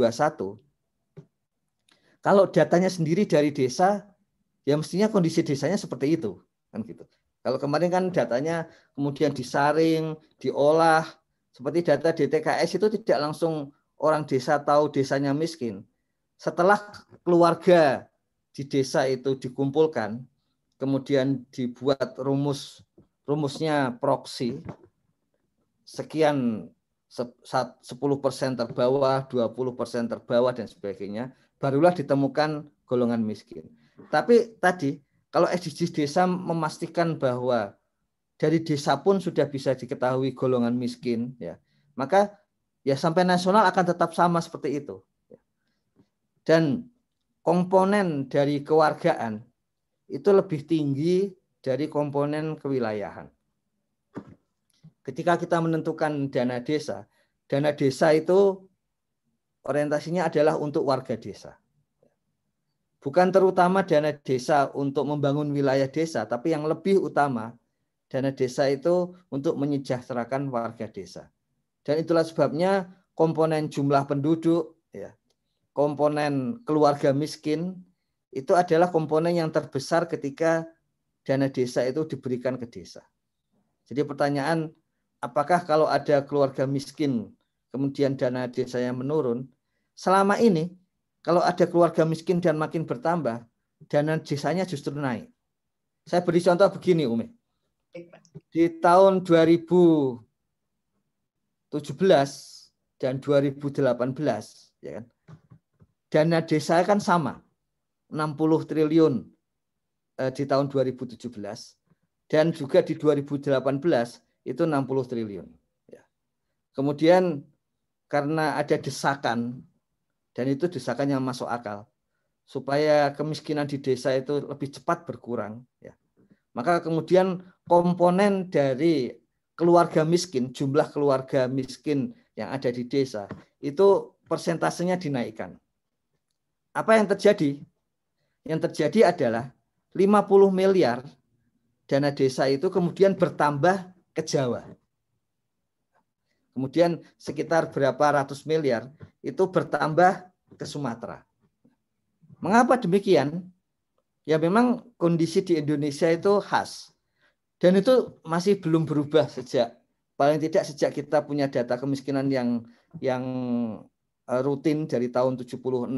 kalau datanya sendiri dari desa, ya mestinya kondisi desanya seperti itu, kan gitu. Kalau kemarin kan datanya kemudian disaring, diolah, seperti data DTKS itu tidak langsung orang desa tahu desanya miskin. Setelah keluarga di desa itu dikumpulkan, kemudian dibuat rumusnya proksi, sekian 10% terbawah, 20% terbawah dan sebagainya, barulah ditemukan golongan miskin. Tapi tadi kalau SDGs desa memastikan bahwa dari desa pun sudah bisa diketahui golongan miskin, ya, maka ya sampai nasional akan tetap sama seperti itu. Dan komponen dari kewargaan itu lebih tinggi dari komponen kewilayahan. Ketika kita menentukan dana desa itu orientasinya adalah untuk warga desa. Bukan terutama dana desa untuk membangun wilayah desa, tapi yang lebih utama dana desa itu untuk menyejahterakan warga desa. Dan itulah sebabnya komponen jumlah penduduk, ya, komponen keluarga miskin itu adalah komponen yang terbesar ketika dana desa itu diberikan ke desa. Jadi pertanyaan, apakah kalau ada keluarga miskin kemudian dana desanya menurun? Selama ini kalau ada keluarga miskin dan makin bertambah, dana desanya justru naik. Saya beri contoh begini, Umi. Di tahun 2017 dan 2018, ya kan, dana desa kan sama, 60 triliun di tahun 2017 dan juga di 2018 itu 60 triliun. Kemudian karena ada desakan, dan itu desakan yang masuk akal, supaya kemiskinan di desa itu lebih cepat berkurang, ya, maka kemudian komponen dari keluarga miskin, jumlah keluarga miskin yang ada di desa, itu persentasenya dinaikkan. Apa yang terjadi? Yang terjadi adalah 50 miliar dana desa itu kemudian bertambah ke Jawa. Kemudian sekitar berapa ratus miliar itu bertambah ke Sumatera. Mengapa demikian? Ya memang kondisi di Indonesia itu khas. Dan itu masih belum berubah paling tidak sejak kita punya data kemiskinan yang rutin dari tahun 1976,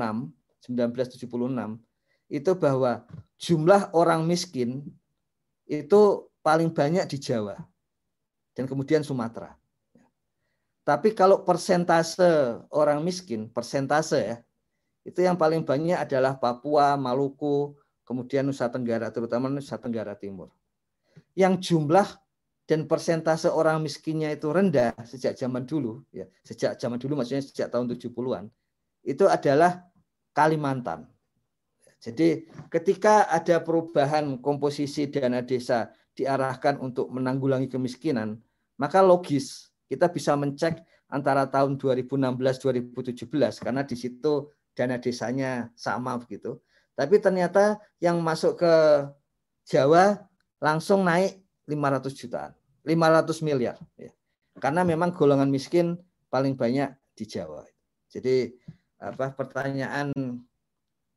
itu bahwa jumlah orang miskin itu paling banyak di Jawa dan kemudian Sumatera. Tapi kalau persentase orang miskin, persentase ya, itu yang paling banyak adalah Papua, Maluku, kemudian Nusa Tenggara, terutama Nusa Tenggara Timur. Yang jumlah dan persentase orang miskinnya itu rendah sejak zaman dulu, ya, sejak zaman dulu maksudnya sejak tahun 70-an, itu adalah Kalimantan. Jadi ketika ada perubahan komposisi dana desa diarahkan untuk menanggulangi kemiskinan, maka logis kita bisa mencek antara tahun 2016-2017 karena di situ dana desanya sama begitu. Tapi ternyata yang masuk ke Jawa langsung naik 500 jutaan, 500 miliar. Ya. Karena memang golongan miskin paling banyak di Jawa. Jadi pertanyaan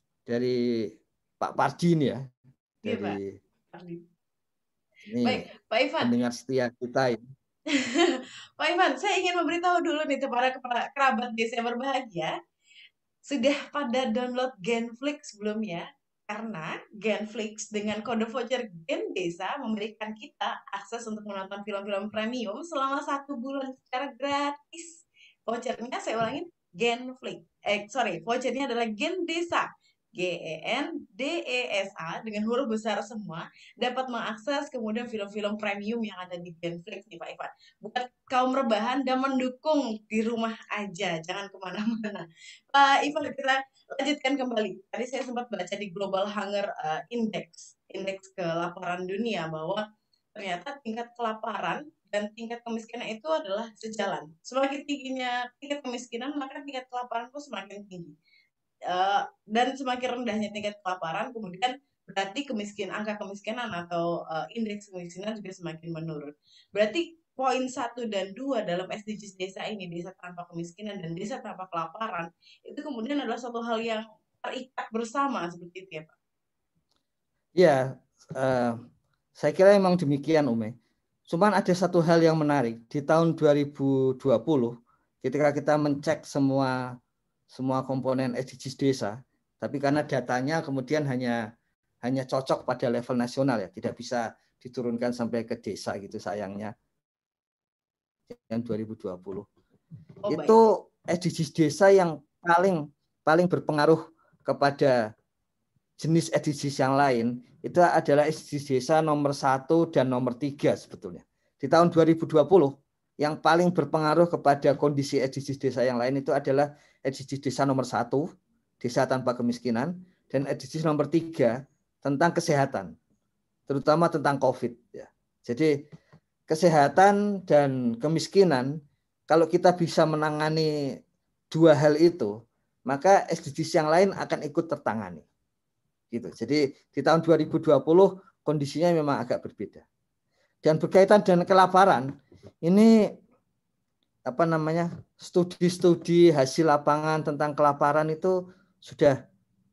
dari Pak Pardi ini ya. Iya, dari Pak Pardi. ini. Baik, Pak Ivan. pendengar setia kita ini. Pak Ivan, saya ingin memberitahu dulu nih para kerabat desa yang berbahagia, sudah pada download Genflix belum ya? Karena Genflix dengan kode voucher Gen Desa memberikan kita akses untuk menonton film-film premium selama 1 bulan secara gratis. Vouchernya saya ulangin Genflix. Vouchernya adalah Gen Desa. GENDESA dengan huruf besar semua, dapat mengakses kemudian film-film premium yang ada di Genflix nih Pak Ivan. Buat kaum rebahan dan mendukung di rumah aja, jangan kemana-mana. Pak Ivan, kita lanjutkan kembali. Tadi saya sempat baca di Global Hunger Index, indeks kelaparan dunia, bahwa ternyata tingkat kelaparan dan tingkat kemiskinan itu adalah sejalan. Semakin tingginya tingkat kemiskinan, maka tingkat kelaparan pun semakin tinggi. Dan semakin rendahnya tingkat kelaparan, kemudian berarti angka kemiskinan atau indeks kemiskinan juga semakin menurun. Berarti poin 1 dan 2 dalam SDGs desa ini, desa tanpa kemiskinan dan desa tanpa kelaparan, itu kemudian adalah suatu hal yang terikat bersama seperti itu ya Pak? Ya, saya kira memang demikian Ume. Cuman ada satu hal yang menarik. Di tahun 2020, ketika kita mencek semua komponen SDGs desa, tapi karena datanya kemudian hanya cocok pada level nasional ya, tidak bisa diturunkan sampai ke desa gitu sayangnya. Yang 2020 itu SDGs desa yang paling berpengaruh kepada jenis SDGs yang lain itu adalah SDGs desa nomor 1 dan nomor 3 sebetulnya. Di tahun 2020 yang paling berpengaruh kepada kondisi SDGs desa yang lain itu adalah SDGs desa nomor 1, desa tanpa kemiskinan, dan SDGs nomor 3 tentang kesehatan, terutama tentang COVID. Ya. Jadi kesehatan dan kemiskinan, kalau kita bisa menangani 2 hal itu, maka SDGs yang lain akan ikut tertangani. Gitu. Jadi di tahun 2020 kondisinya memang agak berbeda. Dan berkaitan dengan kelaparan, ini studi-studi hasil lapangan tentang kelaparan itu sudah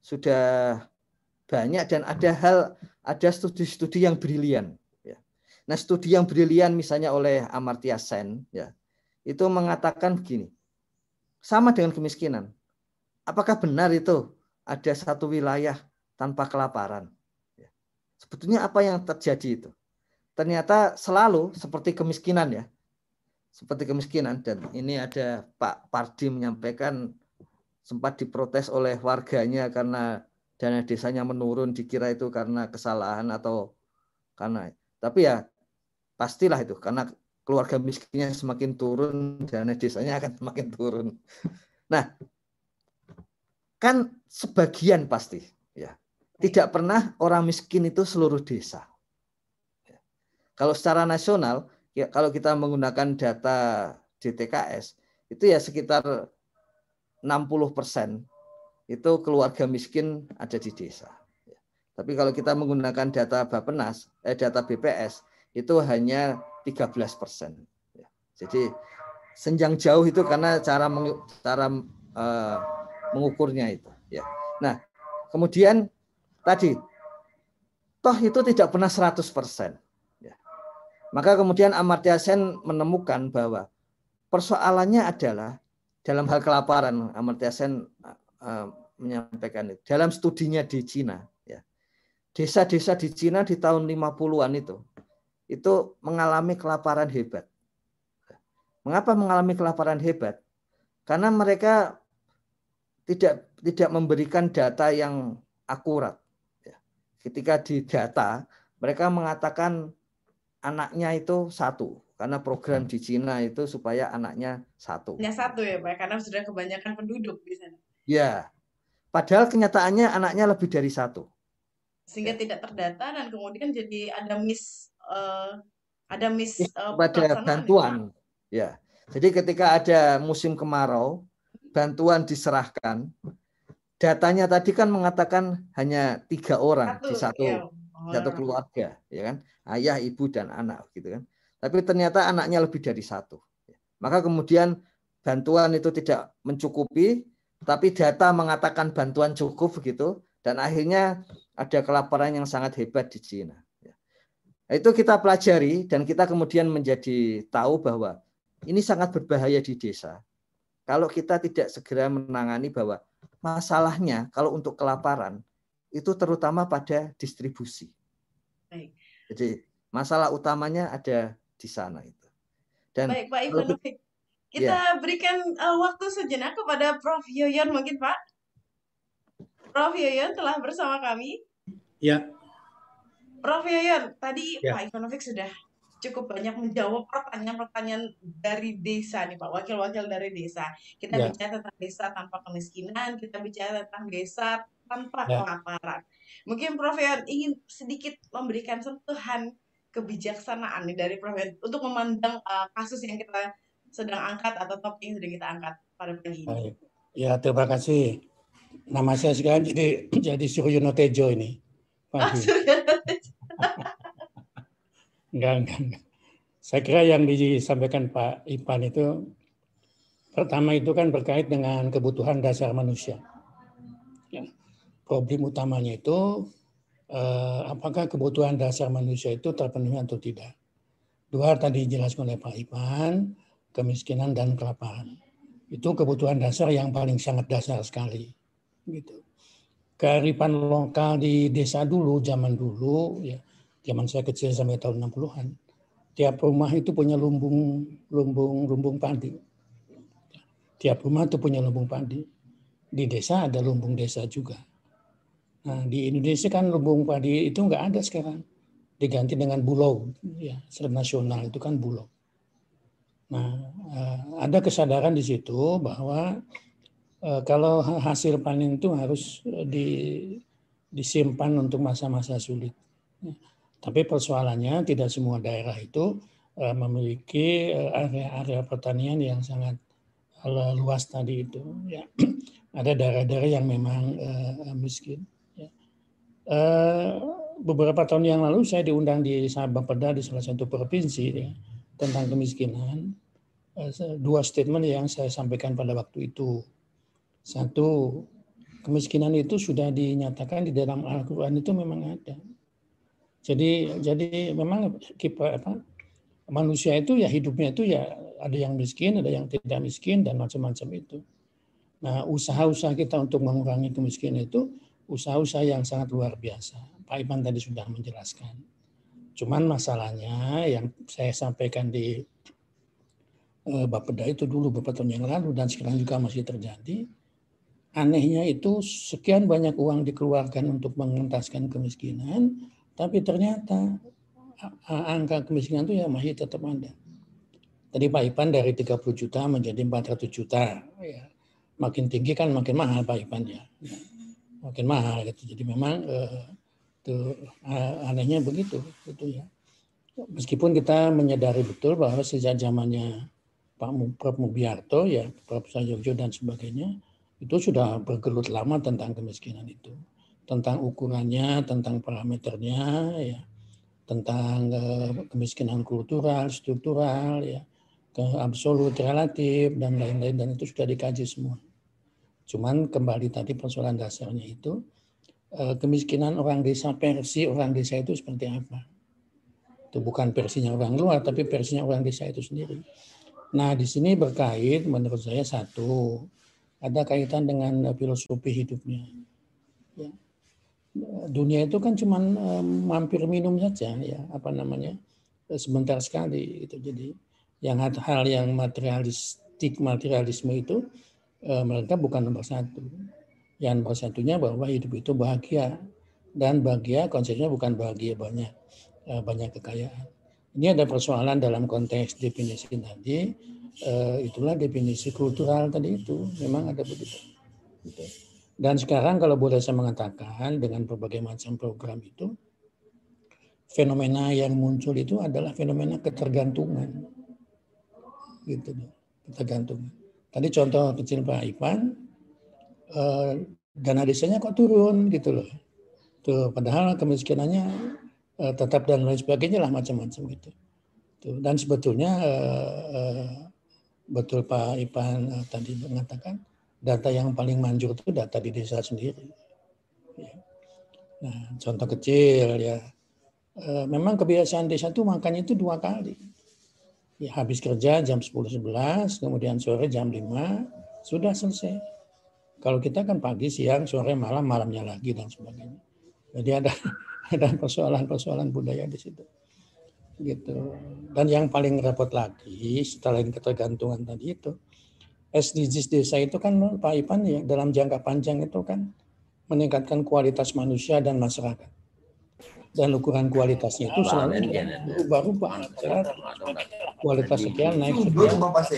banyak dan ada studi-studi yang brilian. Ya. Nah, studi yang brilian misalnya oleh Amartya Sen, ya, itu mengatakan begini, sama dengan kemiskinan. Apakah benar itu ada satu wilayah tanpa kelaparan? Ya. Sebetulnya apa yang terjadi itu? Ternyata selalu seperti kemiskinan ya. Seperti kemiskinan, dan ini ada Pak Pardi menyampaikan sempat diprotes oleh warganya karena dana desanya menurun, dikira itu karena kesalahan atau karena, tapi ya pastilah itu karena keluarga miskinnya semakin turun, dana desanya akan semakin turun. Nah, kan sebagian pasti ya, tidak pernah orang miskin itu seluruh desa. Kalau secara nasional ya, kalau kita menggunakan data DTKS itu ya sekitar 60% itu keluarga miskin ada di desa. Tapi kalau kita menggunakan data Bappenas, data BPS itu hanya 13%. Jadi senjang jauh itu karena cara mengukurnya itu. Ya. Nah, kemudian tadi toh itu tidak pernah 100%. Maka kemudian Amartya Sen menemukan bahwa persoalannya adalah dalam hal kelaparan. Amartya Sen menyampaikan itu dalam studinya di Cina. Ya. Desa-desa di Cina di tahun 50-an itu mengalami kelaparan hebat. Mengapa mengalami kelaparan hebat? Karena mereka tidak memberikan data yang akurat. Ya. Ketika di data mereka mengatakan anaknya itu 1, karena program di Cina itu supaya anaknya 1. Hanya 1 ya Pak, karena sudah kebanyakan penduduk di sana. Ya, padahal kenyataannya anaknya lebih dari 1. Sehingga tidak terdata dan kemudian jadi ada pada bantuan. Ya, jadi ketika ada musim kemarau, bantuan diserahkan, datanya tadi kan mengatakan hanya 3 orang di satu keluarga, ya kan? Ayah, ibu, dan anak, gitu kan. Tapi ternyata anaknya lebih dari 1. Maka kemudian bantuan itu tidak mencukupi, tapi data mengatakan bantuan cukup begitu, dan akhirnya ada kelaparan yang sangat hebat di Cina. Itu kita pelajari dan kita kemudian menjadi tahu bahwa ini sangat berbahaya di desa. Kalau kita tidak segera menangani bahwa masalahnya kalau untuk kelaparan itu terutama pada distribusi. Baik. Jadi masalah utamanya ada di sana itu. Dan baik, Pak Ivanovic. Kita berikan waktu sejenak kepada Prof. Yoyon mungkin, Pak. Prof. Yoyon telah bersama kami. Ya. Prof. Yoyon, tadi Pak Ivanovic sudah cukup banyak menjawab pertanyaan-pertanyaan dari desa nih Pak, wakil-wakil dari desa. Kita bicara tentang desa tanpa kemiskinan, kita bicara tentang desa tanpa kelaparan. Mungkin Prof. Yoyon ingin sedikit memberikan sentuhan kebijaksanaan nih dari Prof. Yoyon untuk memandang kasus yang kita sedang angkat atau topik yang sedang kita angkat pada pagi ini. Baik. Ya, terima kasih. Nama saya sekarang jadi Suryono Tejo ini. Enggak. Saya kira yang disampaikan Pak Ipan itu pertama itu kan berkait dengan kebutuhan dasar manusia. Ya. Problem utamanya itu apakah kebutuhan dasar manusia itu terpenuhi atau tidak. Dua tadi dijelaskan oleh Pak Ipan, kemiskinan dan kelaparan. Itu kebutuhan dasar yang paling sangat dasar sekali. Gitu. Kearifan lokal di desa dulu, zaman dulu, ya, zaman saya kecil sampai tahun 60-an, tiap rumah itu punya lumbung padi. Tiap rumah itu punya lumbung padi. Di desa ada lumbung desa juga. Nah, di Indonesia kan lumbung padi itu nggak ada sekarang. Diganti dengan bulog, ya, secara nasional itu kan bulog. Nah, ada kesadaran di situ bahwa kalau hasil panen itu harus disimpan untuk masa-masa sulit. Tapi persoalannya tidak semua daerah itu memiliki area-area pertanian yang sangat luas tadi itu. Ya. Ada daerah-daerah yang memang miskin. Ya. Beberapa tahun yang lalu saya diundang di Bapeda di salah satu provinsi ya, tentang kemiskinan. Dua statement yang saya sampaikan pada waktu itu. Satu, kemiskinan itu sudah dinyatakan di dalam Al-Quran itu memang ada. Jadi memang manusia itu ya hidupnya itu ya ada yang miskin, ada yang tidak miskin dan macam-macam itu. Nah, usaha-usaha kita untuk mengurangi kemiskinan itu usaha-usaha yang sangat luar biasa. Pak Iman tadi sudah menjelaskan. Cuman masalahnya yang saya sampaikan di Bapeda itu dulu beberapa tahun yang lalu dan sekarang juga masih terjadi. Anehnya itu sekian banyak uang dikeluarkan untuk mengentaskan kemiskinan, tapi ternyata angka kemiskinan itu ya masih tetap ada. Tadi Pak Ipan dari 30 juta menjadi 400 juta. Ya. Makin tinggi kan makin mahal Pak Ipan ya. Makin mahal gitu. Jadi memang anehnya begitu gitu ya. Meskipun kita menyadari betul bahwa sejak zamannya Prof. Mubiarto, ya, Prof. Sajogjo dan sebagainya, itu sudah bergelut lama tentang kemiskinan itu. Tentang ukurannya, tentang parameternya, ya, tentang kemiskinan kultural, struktural, ya, absolut, relatif, dan lain-lain, dan itu sudah dikaji semua. Cuman kembali tadi persoalan dasarnya itu, kemiskinan orang desa, versi orang desa itu seperti apa? Itu bukan versinya orang luar, tapi versinya orang desa itu sendiri. Nah, di sini berkait menurut saya satu, ada kaitan dengan filosofi hidupnya. Ya. Dunia itu kan cuma mampir minum saja, ya, sebentar sekali. Gitu. Jadi, hal yang materialisme itu mereka bukan nomor satu. Yang nomor satunya bahwa hidup itu bahagia, dan bahagia konsepnya bukan bahagia banyak kekayaan. Ini ada persoalan dalam konteks definisi tadi, itulah definisi kultural tadi itu, memang ada begitu. Gitu. Dan sekarang kalau boleh saya mengatakan dengan berbagai macam program itu, fenomena yang muncul itu adalah fenomena ketergantungan. Gitu, ketergantungan. Tadi contoh kecil Pak Ipan, dana desanya kok turun gitu loh. Tuh, padahal kemiskinannya tetap dan lain sebagainya lah macam-macam gitu. Dan sebetulnya betul Pak Ipan tadi mengatakan data yang paling manjur itu data di desa sendiri. Nah, contoh kecil ya, memang kebiasaan desa itu makannya itu 2 kali. Ya, habis kerja jam 10-11, kemudian sore jam 5, sudah selesai. Kalau kita kan pagi, siang, sore, malam, malamnya lagi dan sebagainya. Jadi ada persoalan-persoalan budaya di situ. Gitu. Dan yang paling repot lagi setelah ketergantungan tadi itu, SDGs desa itu kan Pak Ipan ya dalam jangka panjang itu kan meningkatkan kualitas manusia dan masyarakat. Dan ukuran kualitasnya itu selalu berubah-ubah. Kualitas sekian naik sekian.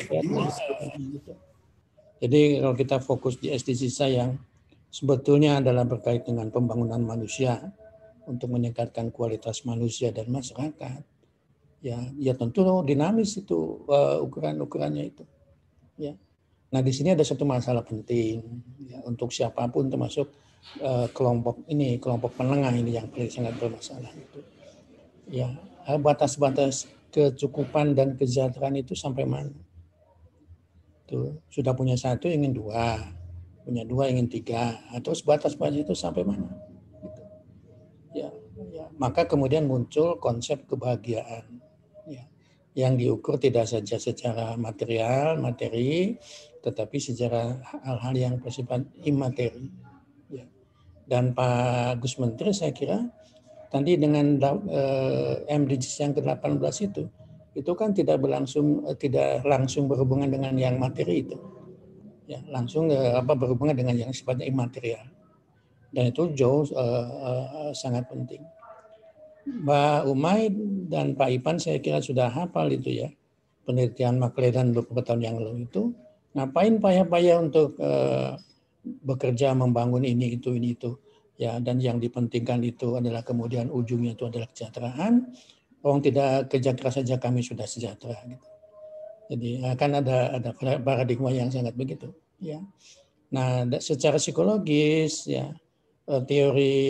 Jadi kalau kita fokus di SDGs yang sebetulnya adalah berkait dengan pembangunan manusia untuk meningkatkan kualitas manusia dan masyarakat, ya tentu dinamis itu ukuran-ukurannya itu. Ya. Nah di sini ada satu masalah penting ya, untuk siapapun termasuk kelompok menengah ini yang paling sangat bermasalah itu. Ya, batas-batas kecukupan dan kesejahteraan itu sampai mana? Tuh, sudah punya 1 ingin 2, punya 2 ingin 3, terus batas-batas itu sampai mana? Gitu. Ya, maka kemudian muncul konsep kebahagiaan ya, yang diukur tidak saja secara materi, tetapi secara hal-hal yang bersifat imateri. Dan Pak Gus Menteri saya kira tadi dengan MDGs yang ke-18 itu kan tidak langsung berhubungan dengan yang materi itu. Ya, langsung berhubungan dengan yang sifatnya imaterial. Dan itu jauh sangat penting. Mbak Umay dan Pak Ipan saya kira sudah hafal itu ya. Penelitian McLaren beberapa tahun yang lalu itu. Ngapain payah-payah untuk bekerja membangun ini itu ya, dan yang dipentingkan itu adalah kemudian ujungnya itu adalah kesejahteraan. Orang tidak kerja keras saja kami sudah sejahtera gitu. Jadi akan ada paradigma yang sangat begitu ya. Nah secara psikologis ya teori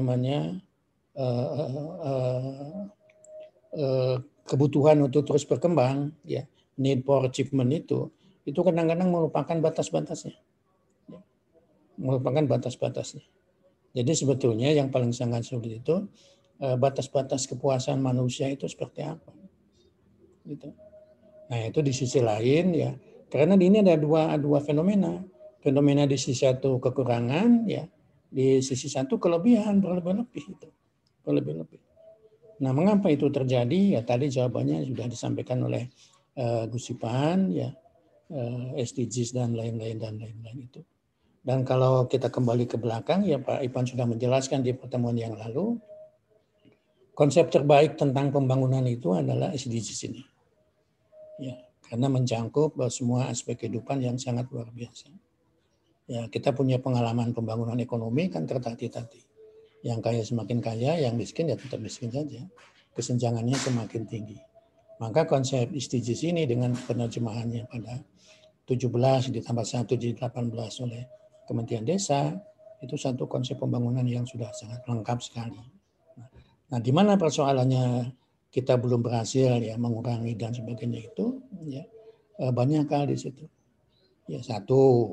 kebutuhan untuk terus berkembang ya, need for achievement itu kadang-kadang melupakan batas-batasnya. Jadi sebetulnya yang paling sangat sulit itu batas-batas kepuasan manusia itu seperti apa. Gitu. Nah itu di sisi lain ya, karena di ini ada dua fenomena. Fenomena di sisi satu kekurangan ya, di sisi satu kelebihan berlebih-lebih itu. Berlebih-lebih. Nah mengapa itu terjadi? Ya tadi jawabannya sudah disampaikan oleh Gus Ipan ya, SDGs dan lain-lain itu. Dan kalau kita kembali ke belakang, ya Pak Ipan sudah menjelaskan di pertemuan yang lalu, konsep terbaik tentang pembangunan itu adalah SDGs ini. Ya, karena mencakup semua aspek kehidupan yang sangat luar biasa. Ya, kita punya pengalaman pembangunan ekonomi kan tertati-tati. Yang kaya semakin kaya, yang miskin ya tetap miskin saja. Kesenjangannya semakin tinggi. Maka konsep SDGs ini dengan penerjemahannya pada 17 ditambah 1 jadi 18 oleh Kementerian Desa, itu satu konsep pembangunan yang sudah sangat lengkap sekali. Nah, di mana persoalannya kita belum berhasil ya mengurangi dan sebagainya itu, ya banyak hal di situ. Ya satu,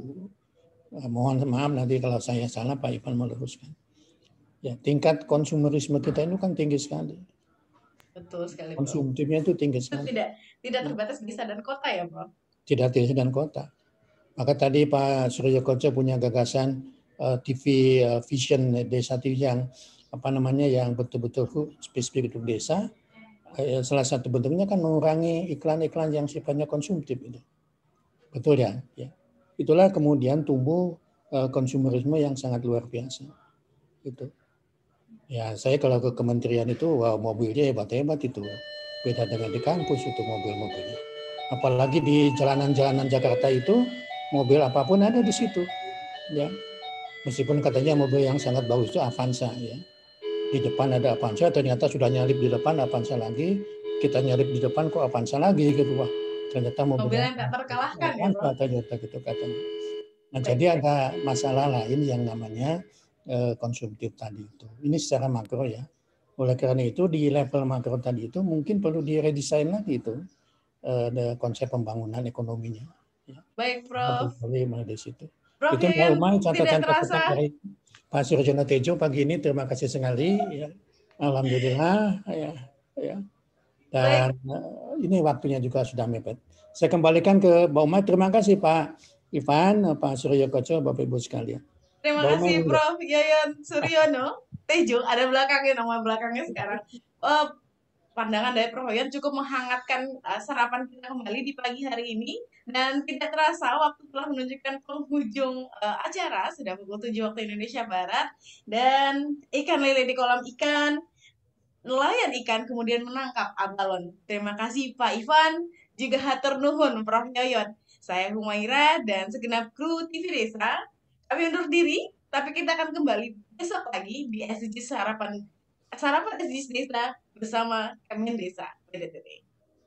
mohon maaf nanti kalau saya salah Pak Ipan meluruskan. Ya tingkat konsumerisme kita itu kan tinggi sekali. Betul sekali. Konsumtifnya itu tinggi sekali. Tidak terbatas desa dan kota ya, Bro? Tidak desa dan kota. Maka tadi Pak Surya Koco punya gagasan TV Vision Desa TV yang yang betul-betul spesifik untuk desa. Salah satu bentuknya kan mengurangi iklan-iklan yang sifatnya konsumtif itu. Betul ya? Ya. Itulah kemudian tumbuh konsumerisme yang sangat luar biasa. Itu. Ya, saya kalau ke kementerian itu wah mobilnya hebat-hebat itu. Beda dengan di kampus itu mobil-mobilnya. Apalagi di jalanan-jalanan Jakarta itu mobil apapun ada di situ, ya. Meskipun katanya mobil yang sangat bagus itu Avanza, ya. Di depan ada Avanza, ternyata sudah nyalip di depan Avanza lagi, kita nyalip di depan kok Avanza lagi gitu, wah. Ternyata mobil yang tak terkalahkan ya, Bro. Ternyata gitu katanya. Nah, jadi ada masalah lain yang namanya konsumtif tadi itu. Ini secara makro ya. Oleh karena itu di level makro tadi itu mungkin perlu diredesain lagi itu konsep pembangunan ekonominya. Baik, Prof. Dari situ. Prof, itu catatan dari Pak Surjono Tejo pagi ini. Terima kasih sekali. Ya. Alhamdulillah ya. Dan ini waktunya juga sudah mepet. Saya kembalikan ke Mbak Umay. Terima kasih Pak Ivan, Pak Suryo Koco, Bapak Ibu sekalian. Terima kasih Prof. Yayan Suryono. Tejo, ada belakangnya, nama belakangnya sekarang. Pandangan dari Prof. Yayan cukup menghangatkan sarapan kita kembali di pagi hari ini. Dan tidak terasa waktu telah menunjukkan penghujung acara, sudah pukul 7 waktu Indonesia Barat. Dan ikan lele di kolam ikan, nelayan ikan kemudian menangkap abalon. Terima kasih Pak Ivan, juga hatur nuhun Prof. Yayan. Saya Humaira dan segenap kru TV Desa. Kami undur diri, tapi kita akan kembali besok lagi di SDGs Sarapan SDGs Desa bersama Kemen Desa PDTT.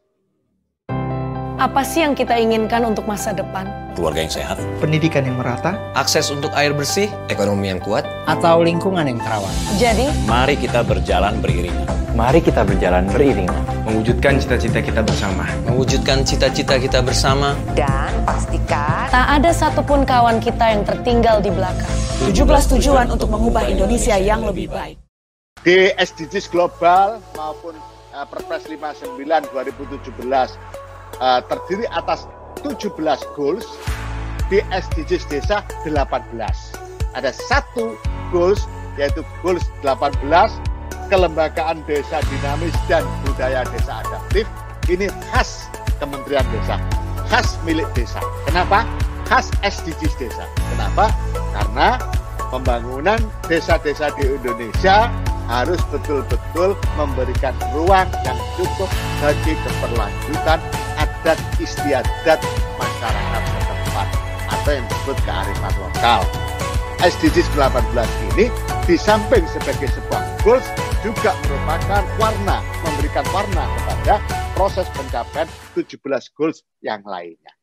Apa sih yang kita inginkan untuk masa depan? Keluarga yang sehat, pendidikan yang merata, akses untuk air bersih, ekonomi yang kuat, atau lingkungan yang terawat. Jadi, mari kita berjalan beriringan. Mari kita berjalan beriringan. Mewujudkan cita-cita kita bersama. Mewujudkan cita-cita kita bersama. Dan pastikan tak ada satupun kawan kita yang tertinggal di belakang. 17 tujuan untuk mengubah Indonesia yang lebih baik. Di SDGs Global maupun Perpres 59 2017 terdiri atas 17 goals, di SDGs Desa 18. Ada satu goals, yaitu goals 18, kelembagaan desa dinamis dan budaya desa adaptif. Ini khas Kementerian Desa, khas milik desa. Kenapa? Khas SDGs Desa. Kenapa? Karena pembangunan desa-desa di Indonesia harus betul-betul memberikan ruang yang cukup bagi keberlanjutan adat istiadat masyarakat setempat atau yang disebut kearifan lokal. SDGs 18 ini di samping sebagai sebuah goals juga merupakan memberikan warna kepada proses pencapaian 17 goals yang lainnya.